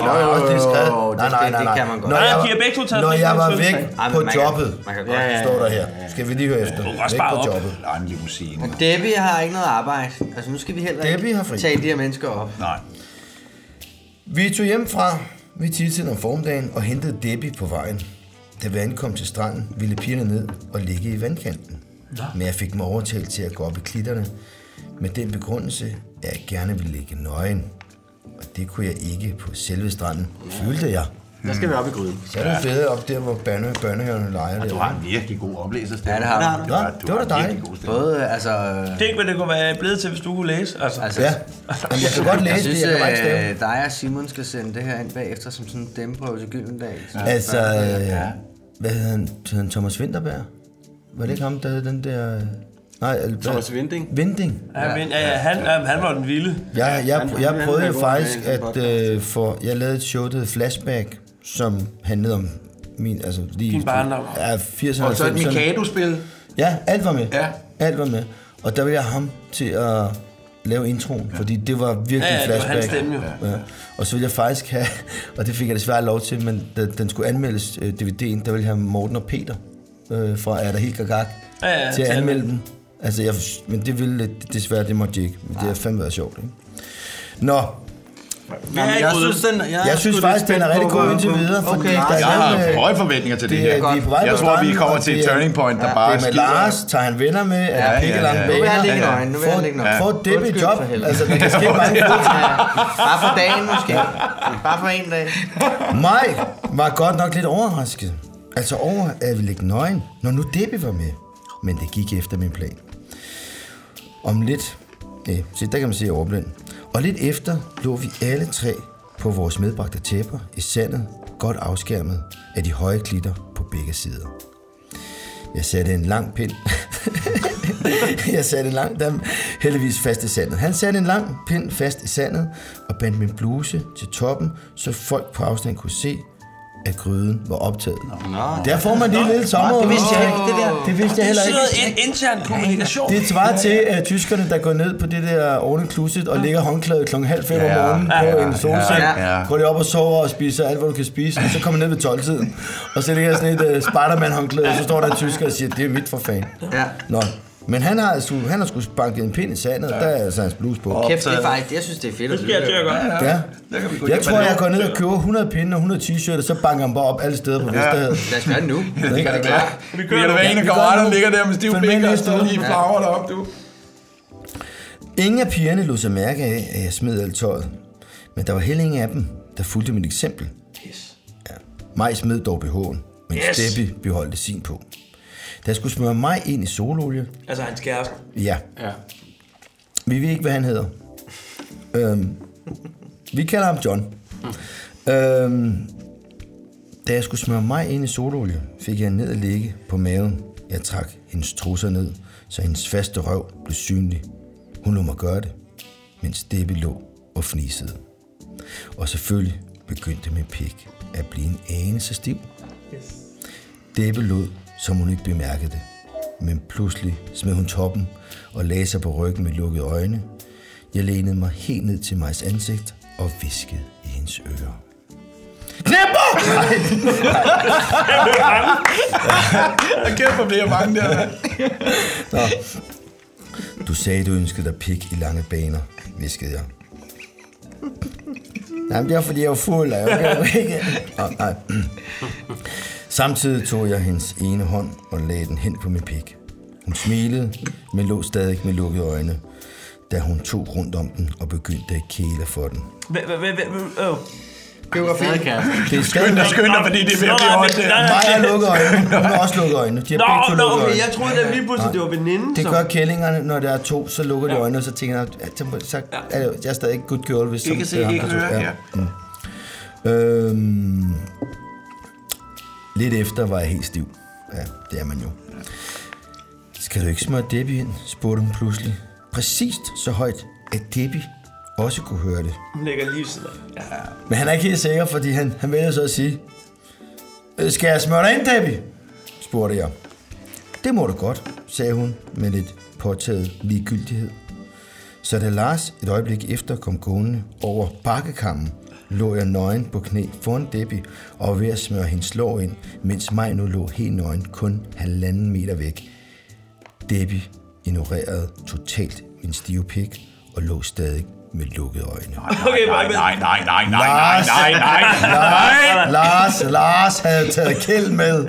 Nej. Når jeg var væk på jobbet, står der her. Skal vi lige høre efter. Væk på jobbet. En limousine. Og Debbie har ikke noget arbejde. Altså nu skal vi heller ikke tage de her mennesker op. Nej. Vi tog hjem fra ved tidtiden om formiddagen og hentede Debbie på vejen. Da vi ankom til stranden, ville pigerne ned og ligge i vandkanten. Men jeg fik mig overtalt til at gå op i klitterne med den begrundelse, at jeg gerne ville ligge nøgen. Og det kunne jeg ikke på selve stranden, følte jeg. Der skal vi op i gryden. Så er det fedt op der, hvor børnehørende leger. Og du har en virkelig god oplæsestemme. Ja, det har du. Ja, det var da dejligt. Både, altså... Tænk, hvad det kunne være blevet til, hvis du kunne læse. Altså. Ja, men jeg kan godt læse det, jeg kan bare ikke stave. Dig og Simon skal sende det her ind bagefter som sådan en dæmprøve til Gyldendal. Altså, hvad hed han? Thomas Vinterberg? Var det ikke ham, der den der... Nej, Thomas Vinding. Vinding? Ja, han var den vilde. Jeg prøvede jo faktisk at jeg lavede et show, der hed Flashback, som handlede om min, altså lige... Din barndom. Ja, 80'erne. Og så et Mikado-spil. Ja, alt var med. Ja. Alt var med. Og der ville jeg ham til at lave introen, fordi det var virkelig en flashback. Det var hans stemme jo. Ja. Og så ville jeg faktisk have, og det fik jeg desværre lov til, men da den skulle anmeldes, DVD'en, der ville jeg have Morten og Peter fra Er der helt gagag til at anmelde den. Altså, men det ville desværre, det måtte de ikke. Men det har fandme været sjovt, ikke? Nå, Jeg synes faktisk, den er rigtig god indtil videre. Okay. Jeg har høje forventninger til det her. Jeg tror, vi kommer til et turning point, der bare skider. Det med Lars, tager han venner med, er pikke langt væk. Nu vil jeg lægge nøgen. Få Debbie job. Altså, der kan ske mange fede ting. Bare for dagen måske. Bare for en dag. Maj var godt nok lidt overrasket. Altså over, at vi lægge nøgen, når nu Debbie var med. Men det gik efter min plan. Om lidt, se, der kan man se overblind. Og lidt efter lå vi alle tre på vores medbragte tæpper i sandet, godt afskærmet af de høje klitter på begge sider. Jeg satte en lang pind. Der heldigvis fast i sandet. Han satte en lang pind fast i sandet og bandt min bluse til toppen, så folk på afstand kunne se, at gryden var optaget. Der får man lige lidt sommer. Det vidste jeg ikke, det der. Det vidste jeg heller ikke. Det er sådan noget intern kommunikation. Det svarer til, at tyskerne, der går ned på det der all inclusive og ligger håndklædet kl. 4:30 om morgenen på en solseng, går de op og sover og spiser alt, hvad du kan spise, og så kommer ned ved 12-tiden, og så ligger sådan et Spider-Man-håndklæde, og så står der en tysker og siger, det er mit for fan. Nå. Men han har sgu banket en pind i sandet, der er altså hans bluse på. Kæft, det er faktisk, jeg synes, det er fedt. Det skal jeg tjekke godt. Ja. Jeg tror, jeg går ned og køber 100 pinde og 100 t-shirts, og så banker han bare op alle steder på Vesterhavet. Lad os gøre det nu. Det kan det være. Vi kører det være en af kammeraterne, ligger der med stiv penge og står lige flager derop, du. Ingen af pigerne lod sig mærke af, at jeg smed alt tøjet. Men der var heller ingen af dem, der fulgte mit eksempel. Ja. Maj smed dog BH'en, mens Debbie beholdte sin på. Der skulle smøre mig ind i sololie. Altså hans kæreste? Ja. Vi ved ikke, hvad han hedder. Vi kalder ham John. Da jeg skulle smøre mig ind i sololie, fik jeg ned at ligge på maven. Jeg trak hendes trusser ned, så hendes faste røv blev synlig. Hun lod mig gøre det, mens Debbie lå og fnisede. Og selvfølgelig begyndte min pik at blive en anelse stiv. Debbie lod, som hun ikke bemærkede det. Men pludselig smed hun toppen og lagde sig på ryggen med lukkede øjne. Jeg lænede mig helt ned til Majs ansigt og viskede i hendes ører. Knæpper! Jeg kæmper flere mange der. Nå. Du sagde, du ønskede dig pik i lange baner, viskede jeg. Nej, men det var fordi, jeg var fuld. Nej. Samtidig tog jeg hendes ene hånd og lagde den hen på min pik. Hun smilede, men lå stadig med lukkede øjne, da hun tog rundt om den og begyndte at kæle for den. Det er skynd dig, fordi det er virkelig hårdt. Mig har lukket øjnene. Hun har også lukket øjnene. De har begge lukket øjnene. Jeg troede da lige pludselig, det var veninden. Det gør kællingerne, når der er to, så lukker de øjnene, og så tænker jeg, at jeg er stadig ikke good girl, hvis ikke se, ikke høre. Lidt efter var jeg helt stiv. Ja, det er man jo. Skal du ikke smøre Debbie ind, spurgte hun pludselig. Præcist så højt, at Debbie også kunne høre det. Hun lægger lige sådan der. Ja. Men han er ikke helt sikker, fordi han vælger så at sige, skal jeg smøre dig ind, Debbie? Spurgte jeg. Det må du godt, sagde hun med lidt påtaget ligegyldighed. Så da Lars et øjeblik efter kom gående over bakkekammen, lå jeg nøgen på knæ foran Debbie og ved at smøre hendes lår ind, mens mig nu lå helt nøgen kun 1,5 meter væk. Debbie ignorerede totalt min stive pik og lå stadig med lukkede øjne. Nej. Lars havde taget Kjeld med.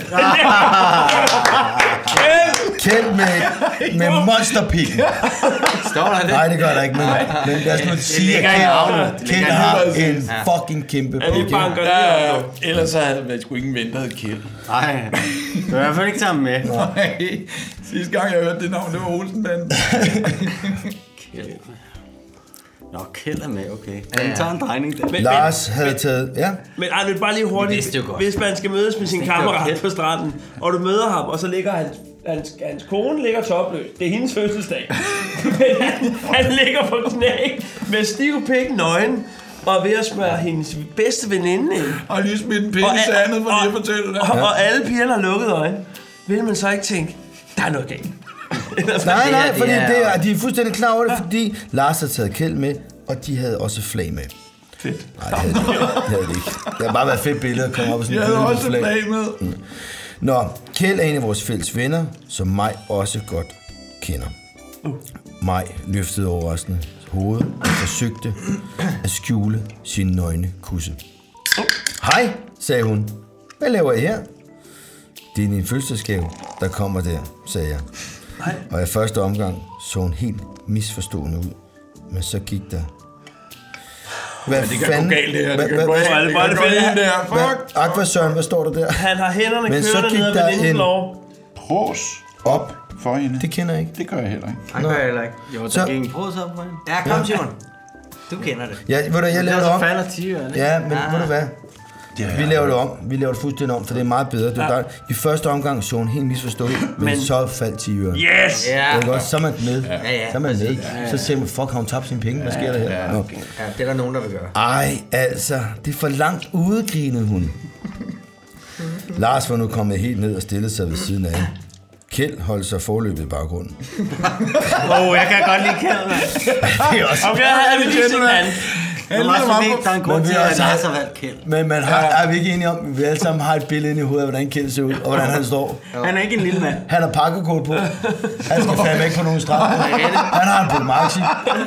Kjeld med monsterpikken. Står der det? Nej, det gør der ikke, men lad os nu sige, at Kjeld har en fucking kæmpe pik. Ellers havde det sgu ingen ven, der hed Kjeld. Nej, du har i hvert fald ikke sammen med. Nej, sidste gang jeg hørte det navn, det var Olsenbanden. Kjeld. Nå, Kjeld er med, okay. Han tager en drejning der. Lars havde taget, ja. Men det er bare lige hurtigt. Hvis man skal mødes med sin kammerat på stranden, og du møder ham, og så ligger hans kone ligger topløs. Det er hendes fødselsdag. Men han ligger på knæ med stiv pik nøgen, og ved at smøre hendes bedste veninde ind. Og lige smidt en pinde i sandet, for lige at fortælle det. Og alle pigerne har lukket øjne. Vil man så ikke tænke, der er noget galt? Nej, fordi de er fuldstændig klar over det, fordi Lars havde taget Kjeld med, og de havde også flag med. Fedt. Nej, det havde det ikke. Det har bare været et fedt billede at komme op og sådan et flag. Jeg havde også flag med. Nå, Kjeld er en af vores fælles venner, som mig også godt kender. Maj løftede overraskende hovedet og forsøgte at skjule sin nøgne kusse. Hej, sagde hun. Hvad laver I her? Det er din fødselsdagsgave, der kommer der, sagde jeg. Hej. Og i første omgang så hun helt misforstående ud. Men så gik der... Hvad det kan gå galt det her. Det kan gå galt. Aqua Søren, hvad står der der? Han har hænderne kørende ned ved lindens lov. Pros op for hende. Det kender jeg ikke. Det gør jeg heller ikke. Det gør jeg heller ikke. Jo, der gik en pros op for hende. Ja, kom Simon. Du kender det. Ja, ved du, jeg laver det om. Så falder 10 øre, ikke? Ja, men ved du hvad? Vi laver det om. Vi laver det fuldstændig om, for det er meget bedre. Der, i første omgang så hun helt misforstået, men så faldt 10 øre. Yes! Ja. Så er man med. Så er man med. Så siger man, fuck, har hun tabt sine penge? Hvad sker der her? Ja, det er der nogen, der vil gøre. Ej, altså, det er for langt ude, grinede hun. Lars var nu kommet helt ned og stillede sig ved siden af hende. Kjeld holdt sig forløbet i baggrunden. Jeg kan godt lide Kjeld, mand. Okay, her er vi lige sådan anden. Der er en grund til, at Lars har valgt Kjeld. Men man har, er vi ikke enige om, at vi alle sammen har et billede inde i hovedet af, hvordan Kjeld ser ud, og hvordan han står? Han er ikke en lille mand. Han har pakkekode på. Han skal fandme ikke på nogen straf. Han har en Pulmaxi.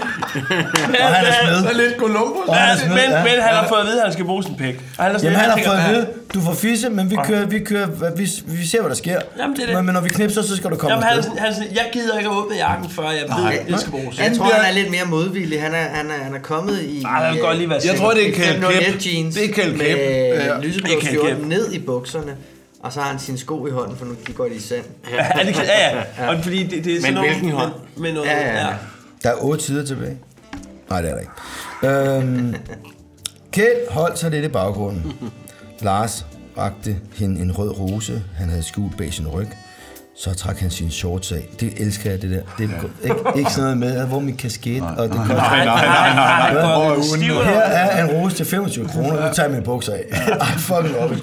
Og han er smed. Det er lidt Columbus. Men han har fået at vide, at han skal bruge sin pæk. Jamen han har fået at vide, du får fisse, men vi ser, hvad der sker. Men når vi knipser, så skal du komme afsted. Jeg gider ikke at åbne jakken, før jeg ved, det skal bruges. Jeg tror, han er lidt mere modvillig. Han er kommet i... Jeg tror, det er Kjeld Kæp. Jeans det er Kjeld Kæp. Med lyseblå skjorte ned i bukserne. Og så har han sine sko i hånden, for nu går de i sand. Ja. Og fordi det er sådan noget... Men hvilken hånd? Med noget, Der er 8 sider tilbage. Nej, det er der ikke. Kjeld holdt sig lidt i baggrunden. Lars rakte hende en rød rose, han havde skjult bag sin ryg. Så trak han sin shorts af. Det elsker jeg, det der. Det er ikke sådan noget med, hvor min kasket, og det koster... Nej. Her er en rose til 25 kroner, nu tager jeg mine bukser af. Ej, fucking op.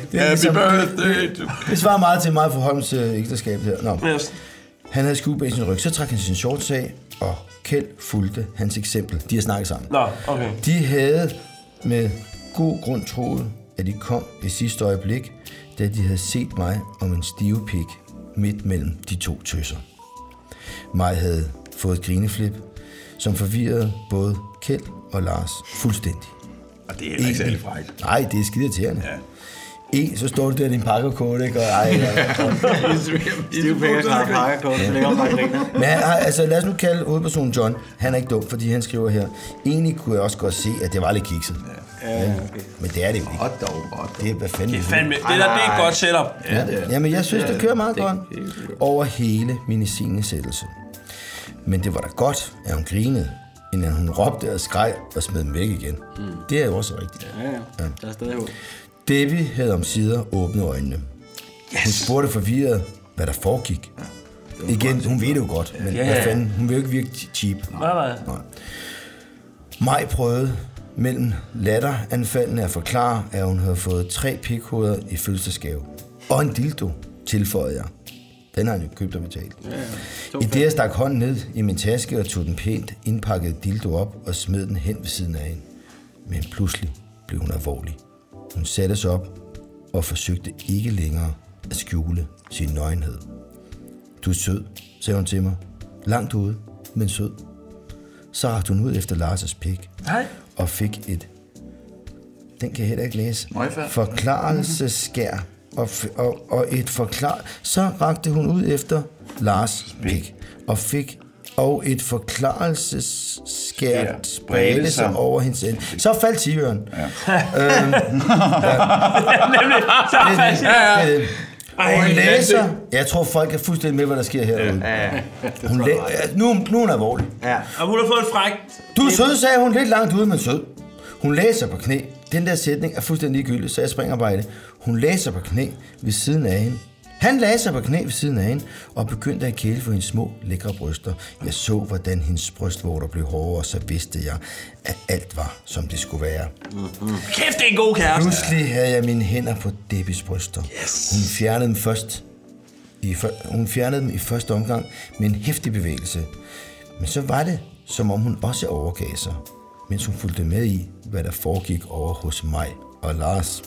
Det svarer meget til mig for Holms ægteskab her. Nå. Han havde skjult bag sin ryg, så trak han sin shorts af, og Kjeld fulgte hans eksempel. De har snakket sammen. De havde med god grund troet, at de kom i sidste øjeblik, da de havde set mig om en stive pik midt mellem de to tøsser. Maj havde fået et grineflip, som forvirrede både Kjeld og Lars fuldstændig. Og det er ikke særlig frækt. Nej, det er skide irriterende. Ja. Så står du der i din pakkerkode, ikke? Og Stive pækker har pakkerkode, så lægger bare griner. Men altså, lad os nu kalde hovedpersonen John. Han er ikke dum, fordi han skriver her. Egentlig kunne jeg også godt se, at det var lidt kikset. Ja, okay. Men det er det jo ikke. Det er hvad fanden. Det er et godt setup. Jamen, jeg synes, det kører meget godt over hele min iscenesættelse. Men det var da godt, at hun grinede, inden hun råbte og skreg og smed dem væk igen. Det er jo også rigtigt. Ja. Der er stadig håb. Debbie havde omsider åbnet øjnene. Hun spurgte forvirret, hvad der foregik. Igen, hun ved det jo godt, men hvad fanden, hun vil jo ikke virke cheap. Nej. Maj prøvede mellem latteranfaldene at forklare, at hun havde fået 3 pikhoveder i fødselsdagsgave. Og en dildo, tilføjede jeg. Den har han jo købt og betalt. I det jeg stak hånden ned i min taske og tog den pænt indpakkede dildo op og smed den hen ved siden af hende. Men pludselig blev hun alvorlig. Hun satte sig op og forsøgte ikke længere at skjule sin nøgenhed. Du er sød, sagde hun til mig. Langt ude, men sød. Så rakte hun ud efter Lars' pik. Og fik et... Den kan jeg heller ikke læse. Forklarelseskær. Og et Så rakte hun ud efter Lars' pik. Og et forklarelseskært spredte sig over hendes ende. Så faldt tigeren. Hun læser. Jeg tror, folk er fuldstændig med, hvad der sker herude. Nu er hun alvorlig. Og hun har fået en fræk. Du er sød, sagde hun, lidt langt ude, men sød. Hun læser på knæ. Den der sætning er fuldstændig ligegyldig, så jeg springer bare i det. Hun læser på knæ ved siden af hende. Han lagde sig på knæ ved siden af hende og begyndte at kæle for hendes små, lækre bryster. Jeg så, hvordan hendes brystvorter blev hårdere, og så vidste jeg, at alt var, som det skulle være. Kæft, det er en god kæreste! Pludselig havde jeg mine hænder på Debbies bryster. Hun fjernede dem i første omgang med en heftig bevægelse. Men så var det, som om hun også overgav sig, mens hun fulgte med i, hvad der foregik over hos mig og Lars.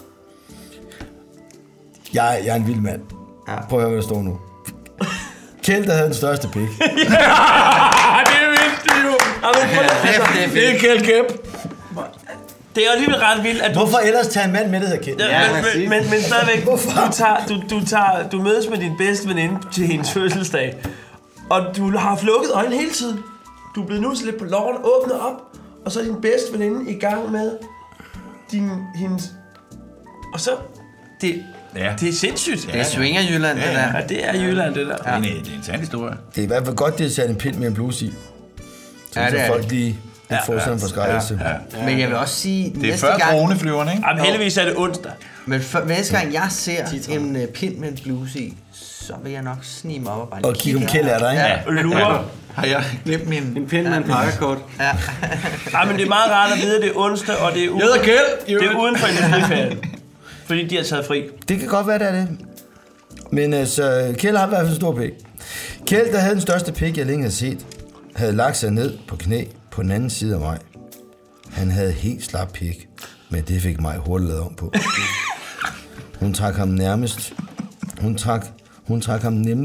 Jeg er en vild mand. Prøv at høre, hvad der står nu. Kjeld, der havde den største pik. Det vidste du jo. det er Kjeld Kæp. Det er alligevel ret vildt, at Hvorfor ellers tage en mand med, der hedder Kjeld? Ja, men stadigvæk, du mødes med din bedste veninde til hendes fødselsdag, og du har haft lukket øjnene hele tiden. Du er blevet nusset lidt på låren, åbnet op, og så er din bedste veninde i gang med hendes... Og så... Det er sindssygt. Det er Swinger-Jylland, det der. Ja, det er Jylland, det der. Ja. Det er en sand historie. Det er i hvert fald godt, det er sat en pind med en bluse i. Så folk lige får sådan en forskrækkelse. Ja. Men jeg vil også sige... Det er før droneflyverne, ikke? Jamen, heldigvis er det onsdag. Men næste gang jeg ser en pind med en bluse i, så vil jeg nok snige mig op og bare og kigge om Kjeld er der, ikke? Ja, lurer. Har jeg glemt en pind med en pakkekort? Ja. Ja, men det er meget rart at vide, at det er onsdag, og det er uden for industriferien. Fordi de har taget fri. Det kan godt være, det er det. Men altså, Kjeld har i hvert fald en stor pik. Kjeld, der havde den største pik, jeg længe havde set, havde lagt sig ned på knæ på den anden side af mig. Han havde helt slap pik, men det fik mig hurtigt lavet om på. Hun trak ham nærmest... Hun trak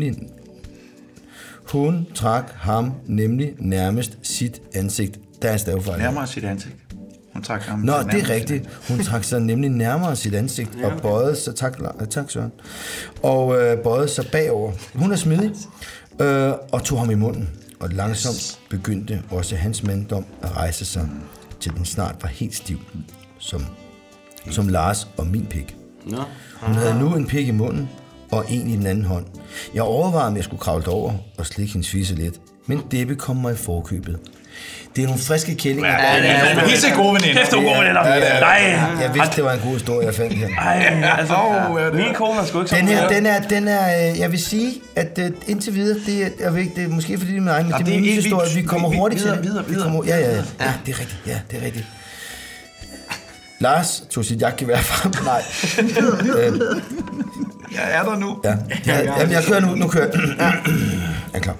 ham nemlig nærmest sit ansigt. Der er en stavefejl. Nærmere sit ansigt. Hun trak ham. Nå, det er rigtigt. Hun trak sig nemlig nærmere sit ansigt og bøjede sig, tak Søren, og bøjede sig bagover. Hun er smidig og tog ham i munden, og langsomt begyndte også hans manddom at rejse sig, til den snart var helt stiv, som Lars og min pik. Hun havde nu en pik i munden og en i den anden hånd. Jeg overvejede, om jeg skulle kravle over og slikke hendes fisse lidt, men Debbie kom mig i forkøbet. Det er nogle friske kællinger. Ja, helt så gode veninder. Kæft, gode veninder. Nej. Jeg vidste, det var en god historie, jeg fandt her. Min kone er sgu ikke sådan. Den er, jeg vil sige, at indtil videre, det er måske fordi det er min egen, men det er min historie, vi kommer hurtigt til det. Videre. Ja, det er rigtigt. Ja, det er rigtigt. Lars tog sit jagtgevær frem. Nej. Jeg er der nu. Ja. Jamen, jeg kører nu. Nu kører jeg. Jeg er klar.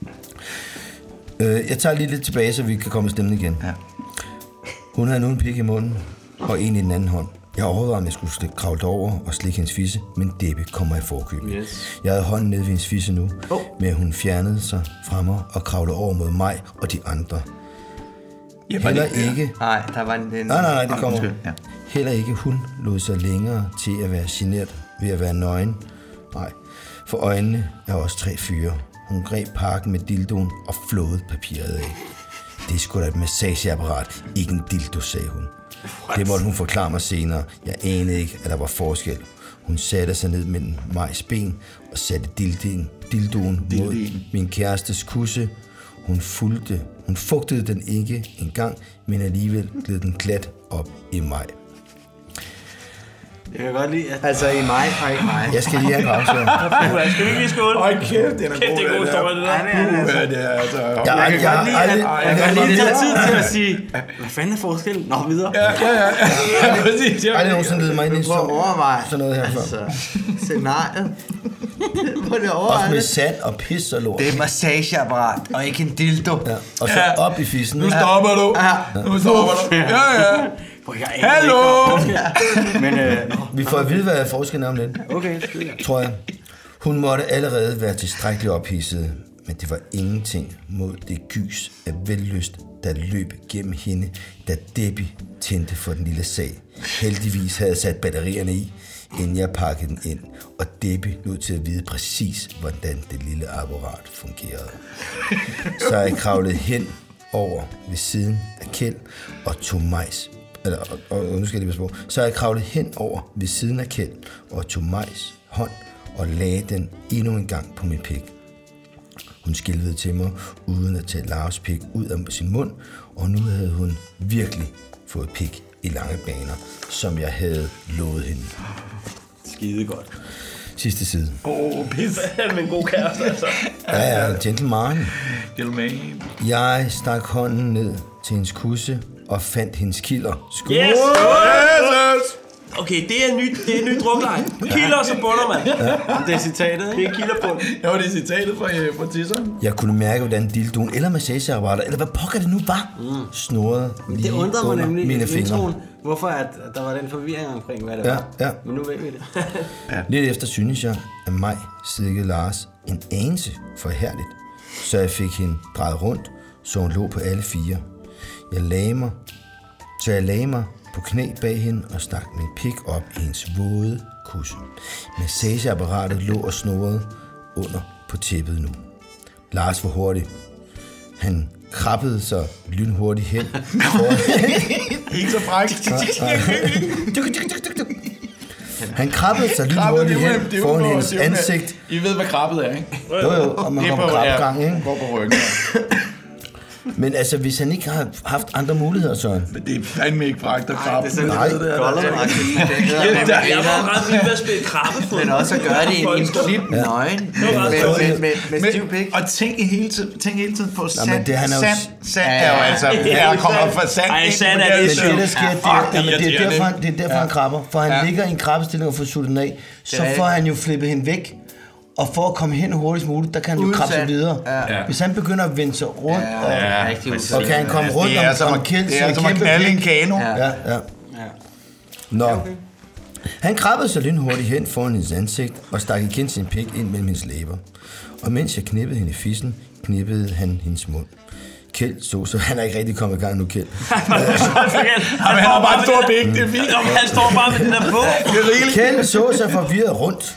Jeg tager lige lidt tilbage, så vi kan komme i stemmen igen. Ja. Hun havde nu en pik i munden, og en i den anden hånd. Jeg overvejede, om jeg skulle kravle over og slikke hendes fisse, men Debbie kom mig i forkøbet. Yes. Jeg havde hånden ned ved hendes fisse nu, men hun fjernede sig fra mig og kravlede over mod mig og de andre. Heller ikke... Nej, der var en... Nej, det kommer. Ja. Heller ikke hun lod sig længere til at være genert ved at være nøgen. Nej, for øjnene er også 3 fyre. Hun greb pakken med dildoen og flåede papiret af. Det er sgu da et massageapparat, ikke en dildo, sagde hun. Det måtte hun forklare mig senere. Jeg anede ikke, at der var forskel. Hun satte sig ned mellem Majs ben og satte dildoen mod min kærestes kusse. Hun fugtede den ikke engang, men alligevel gled den glat op i mig. Jeg kan godt lide, at... Altså i mig og ikke mig. Jeg skal lige have en pause. Skal vi ikke lige skåle? Øj, kæft, det er god historie, det der. Jeg kan godt lide, at det tid til at sige, hvad fanden er forskellen? Nå, videre. Ja. Præcis. Jeg har aldrig nogensinde ledet mig ind i sådan noget her før. Scenariet. Også med sand og pis og lort. Det er et massageapparat, og ikke en dildo. Ja. Og så op i fissen. Nu stopper du. Ja. Hallo! Men, vi får at vide, hvad forskellen er om lidt. Okay, tror jeg. Hun måtte allerede være tilstrækkeligt ophidset, men det var ingenting mod det gys af vellyst, der løb gennem hende, da Debbie tændte for den lille sag. Heldigvis havde jeg sat batterierne i, inden jeg pakkede den ind, og Debbie lod til at vide præcis, hvordan det lille apparat fungerede. Så jeg kravlede hen over ved siden af Kjeld og tog Majs. Nu skal jeg lige passe på. Så jeg kravlede hen over ved siden af Kjeld og tog Majs hånd og lagde den endnu en gang på min pik. Hun skælvede til mig, uden at tage Lars pik ud af sin mund, og nu havde hun virkelig fået pik i lange baner, som jeg havde lovet hende. Skide godt. Sidste side. Pis. Han er en god kæreste, altså. Ja, gentleman. Gentleman. Jeg stak hånden ned til hendes kusse og fandt hendes kilder. Skål! Yes! Okay, det er nyt drukleje. Kilder, så bunder man. Ja. Det er citatet, ikke? Det er kilderbund. Ja, det er citatet fra tisseren. Jeg kunne mærke, hvordan dildoen eller massageapparater, eller hvad pokker det nu var, snurrede lige det undrer mig nemlig mine fingre. Hvorfor at der var den forvirring omkring, hvad det var. Ja. Men nu ved vi det. Lidt efter synes jeg, at mig sikkede Lars en anelse for herligt, så jeg fik hende drejet rundt, så hun lå på alle 4. Så jeg lagde mig på knæ bag hende og stak min pik op i hendes våde kusse. Massageapparatet lå og snurrede under på tæppet nu. Lars var hurtig. Han krabbede sig lynhurtigt hen. Ikke så frækt. Han krabbede sig lynhurtigt hen foran hendes ansigt. I ved, hvad krabbet er, ikke? Jo, og man går på krabbegang, ikke? Går på ryggen. Men altså, hvis han ikke har haft andre muligheder, Søren. Men det er fandme ikke frækt at krabbe. Det er sådan lidt golderagtigt, men det hedder... Jeg var ret vildt ved at spille krabbefod. Men også at gøre det i en klip nøgen. Med stiv pik. Og tænk hele tiden på sand. Men det er jo altså... Der kommer fra sand. Ej, sand er Men det det, der sker, det er derfor, han krabber. For han ligger i en krabbestilling og får suttet den af. Så får han jo flippet hende væk. Og for at komme hen hurtigst muligt, der kan han jo krabbe sig videre. Ja. Hvis han begynder at vende sig rundt, og kan han komme rundt om Kjeld, det er som at knalde en kano. Ja. Nå. Han krabbede sig lynhurtigt hen foran hendes ansigt, og stak igen sin pik ind mellem hendes læber. Og mens jeg knippede hende i fissen, knippede han hendes mund. Kjeld så han er ikke rigtig kommet i gang nu, Kjeld. Han har bare en stor pik, det er fint. Han står bare med den der på. Kjeld så sig forvirret rundt,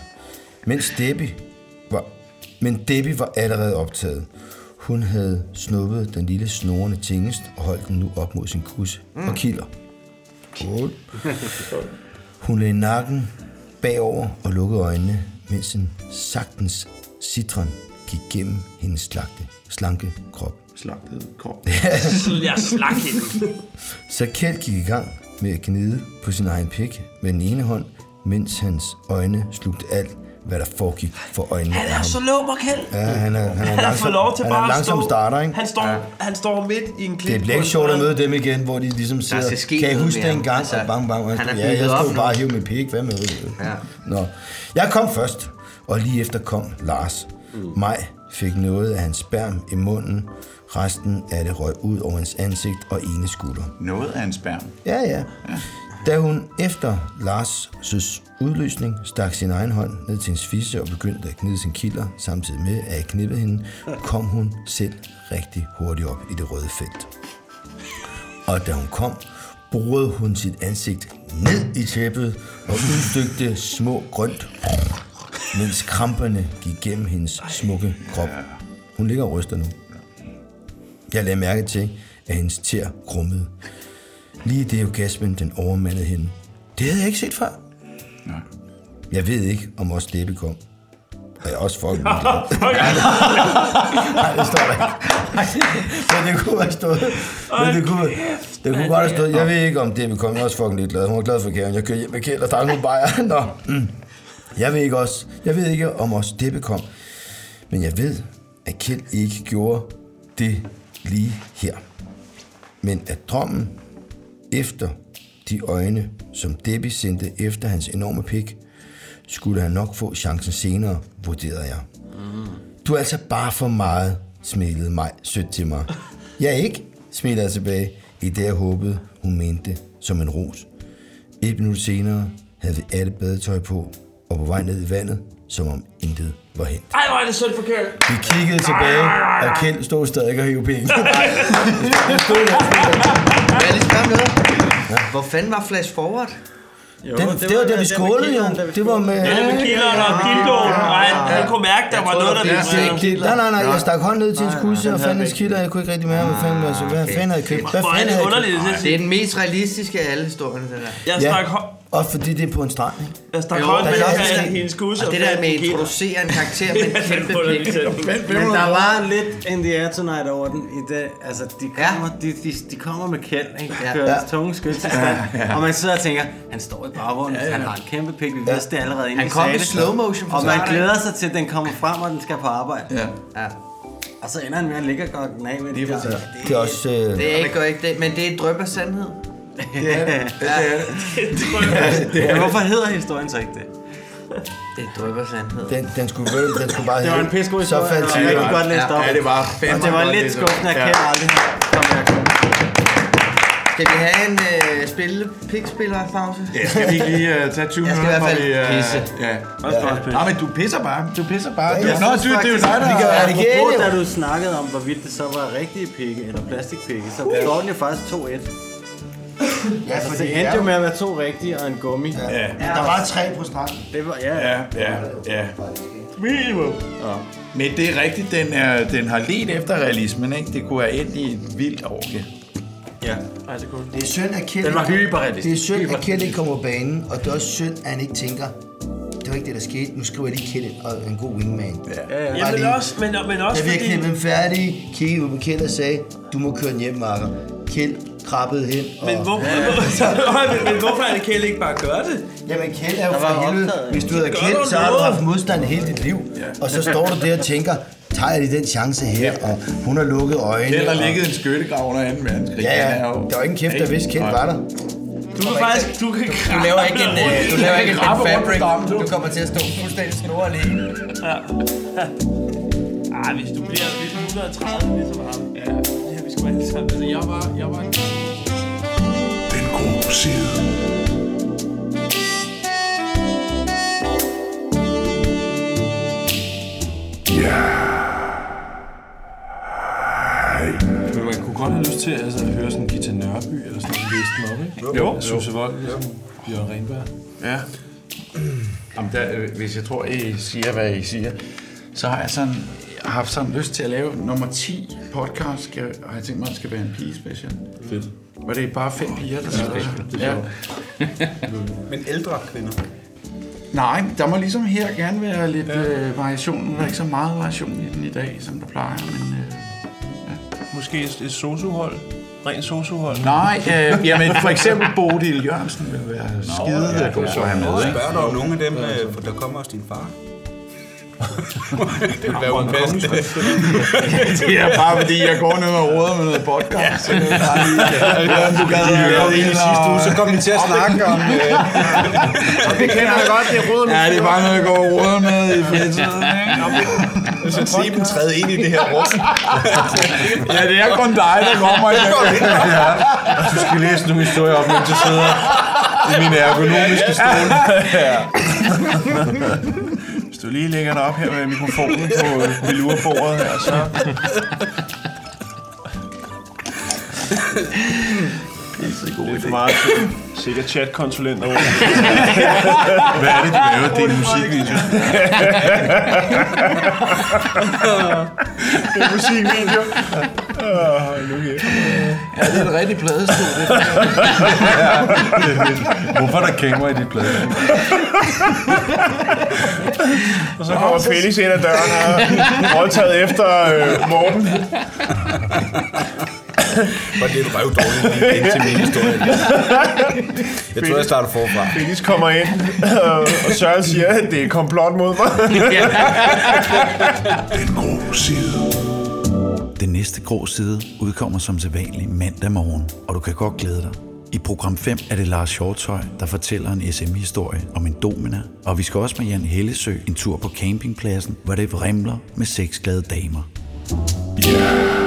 men Debbie var allerede optaget. Hun havde snuppet den lille snorende tingest og holdt den nu op mod sin kusse og kilder. Cool. Hun lagde nakken bagover og lukkede øjnene, mens en sagtens citron gik gennem hendes slanke krop. Slagtet krop. Jeg slak hende. Så Kjeld gik i gang med at gnide på sin egen pik med den ene hånd, mens hans øjne slugte alt, hvad der foregik for øjnene af ham. Han er så lummer, Kjeld. Ja, han er langsom starter, ikke? Han står midt i en klip. Det bliver ikke sjovt at møde dem igen, hvor de ligesom siger, kan I huske det en gang? Altså, og bang. Ja, jeg stod bare og hævde min pik. Hvad med det? Ja. Nå. Jeg kom først, og lige efter kom Lars. Maj fik noget af hans sperm i munden. Resten af det røg ud over hans ansigt og ene skulder. Noget af hans sperm? Ja. Da hun efter Lars' udløsning stak sin egen hånd ned til hendes fisse og begyndte at gnide sin kilder, samtidig med at jeg knippede hende, kom hun selv rigtig hurtigt op i det røde felt. Og da hun kom, borede hun sit ansigt ned i tæppet og udstykte små grønt, mens kramperne gik gennem hendes smukke krop. Hun ligger og ryster nu. Jeg lagde mærke til, at hendes tæer grummede. Lige det orgasmen, den overmandede hende. Det havde jeg ikke set før. Nej. Jeg ved ikke, om også Debbie kom. Og jeg også fucking Nej, det står der ikke. Men det kunne have stået. Det kunne godt have stået. Jeg ved ikke, om Debbie kom. Jeg er også fucking lidt glad. Hun var glad for gaven. Jeg kørte hjem med Kjeld og drak nogle bajer. Nå. Jeg ved ikke, om også Debbie kom. Men jeg ved, at Kjeld ikke gjorde det lige her. Men at drømmen efter de øjne, som Debbie sendte efter hans enorme pik, skulle han nok få chancen senere, vurderede jeg. Du er altså bare for meget, smilede mig sødt til mig. Jeg ikke, smilede jeg tilbage, i det jeg håbede, hun mente som en ros. 1 minut senere havde vi alle badetøj på, og på vej ned i vandet, som om intet var hent. Ej, hvor er det sødt for Kjeld. Vi kiggede tilbage, og Kjeld stod stadig og hævde penge. Hvor fanden var Flash Forward? Det var da vi skålede, jo. Det var med... Ja, med kilderen og kildoen. Han kunne mærke, der var noget, der blev... Nej, jeg stak hånden ned til hans kusse og fandt hans kilder. Jeg kunne ikke rigtig mærke, hvad fanden havde købt. Det er den mest realistiske af alle historierne, det der. Jeg stak også fordi det er på en strand, ikke? Jeg stak hånden med hendes kusse. Og det der med at introducere en karakter med en kæmpe pik. Men der var lidt In the Air Tonight over den i det. Altså, de kommer med Kjeld, ikke? De kører tunge skyld til stand. Og man sidder og tænker, han står i baggrunden, han har en kæmpe pik. Vi vidste det allerede inden han kom i slow motion. Og man glæder sig til, at den kommer frem, og den skal på arbejde. Ja. Og så ender han med at ligge og gå af med det. Det er også... Det er ikke det, men det er et drøb af sandhed. Hvorfor hedder historien så ikke det? Det drøber sandhed. Den skulle bare det var en pissegod historie. Så faldt jeg kunne godt læse det op. Ja, det var fedt. Og det var lidt skuffende at Kjeld aldrig kom her. Skal vi have en pikspillerpause? Ja, skal vi ikke lige tage 20 minutter? Jeg skal i hvert fald pisse. Nej, men du pisser bare. Du pisser bare. Det er jo dig, der... Da du snakkede om, hvorvidt det så var rigtige pikke eller plastikpikke, så består den jo faktisk 2-1. Ja, for det endte jo med at være 2 rigtige og en gummi. Ja. Der var 3 på stranden. Det var, ja. Minimum. Men det er rigtigt, den har let efter realismen, ikke? Det kunne have endt i et vildt orke. Ja, det er synd, at Kjeld... Den var hyperrealistisk. Det er synd, at Kjeld ikke kommer på banen, og det er også synd, at han ikke tænker, det var ikke det, der skete. Nu skriver jeg lige Kjeld og en god wingman. Ja, men også fordi... Jeg virkelig blev færdig, kiggede ud på Kjeld og sagde, du må køre den hjem, Marker. Kjeld krabbede hen. Men hvorfor er det Kjeld ikke bare gøre det? Jamen Kjeld er jo for helvede. Hvis du hedder Kjeld, så har du haft modstand hele dit liv. Og så står du der og tænker, tager jeg lige den chance her, og hun har lukket øjnene. Kjeld har ligget en skyttegrav under 2. verdenskrig. Ja, der var ingen kæft, der vidste Kjeld var der. Du laver ikke en fabric. Du kommer til at stå fuldstændig snor alene. Hvis du bliver 130 ligesom ham. Ja, vi skal være sammen. Altså, jeg var Den grå side. Men man kunne godt have lyst til at høre sådan Gita Nørby eller sådan noget, læse dem op, ikke? Jo. Susse Wold, ligesom Bjørn Renberg. Ja. Jamen hvis jeg tror, I siger, hvad I siger, så har jeg haft sådan lyst til at lave nummer 10 podcast, og jeg tænkt mig, at det skal være en pige-special. Fedt. Var det bare 5 piger, der skal være? Men ældre kvinder? Nej, der må ligesom her gerne være lidt variation. Der er ikke så meget variation i den i dag, som der plejer, men... Måske et sosuhold? Rent sosuhold? Nej, jamen for eksempel Bodil Jørgensen vil være skide god at have med. Spørger du om nogle af dem, for der kommer også din far? Det vil være upassende. Det er bare fordi, jeg går ned og råder med noget podcast. Ja. Du gad at i sidste uge, så kom vi til at snakke om... Det kender jeg godt, det er råder med. Ja, det er bare noget, jeg går og råder med i fritiden. Så se dem træde ind i det her rum. Ja, det er kun dig, der kommer i det. Du skal læse nogle historier op, mens jeg sidder i min ergonomiske stol. Hvis du lige lægger dig op her med mikrofonen på velurbordet her, så... Det er for meget sikkert chat-konsulent over. Hvad er det, du laver? Det er en musikvideo. Det er en musikvideo. Ja, det er et rigtig pladestudie. Hvorfor er der kamera i dit pladestudie? Og så kommer Felix ind ad døren og voldtaget efter Morten. Og det var jo dårligt lige ind til min historie. Jeg tror, jeg starter forfra. Felix kommer ind, og Søren siger, at det er komplot mod mig. Den grå side. Den næste grå side udkommer som sædvanlig mandag morgen, og du kan godt glæde dig. I program 5 er det Lars Hjortøj, der fortæller en SM-historie om en domina, og vi skal også med Jan Hellesø en tur på campingpladsen, hvor det vrimler med sexglade damer. Yeah.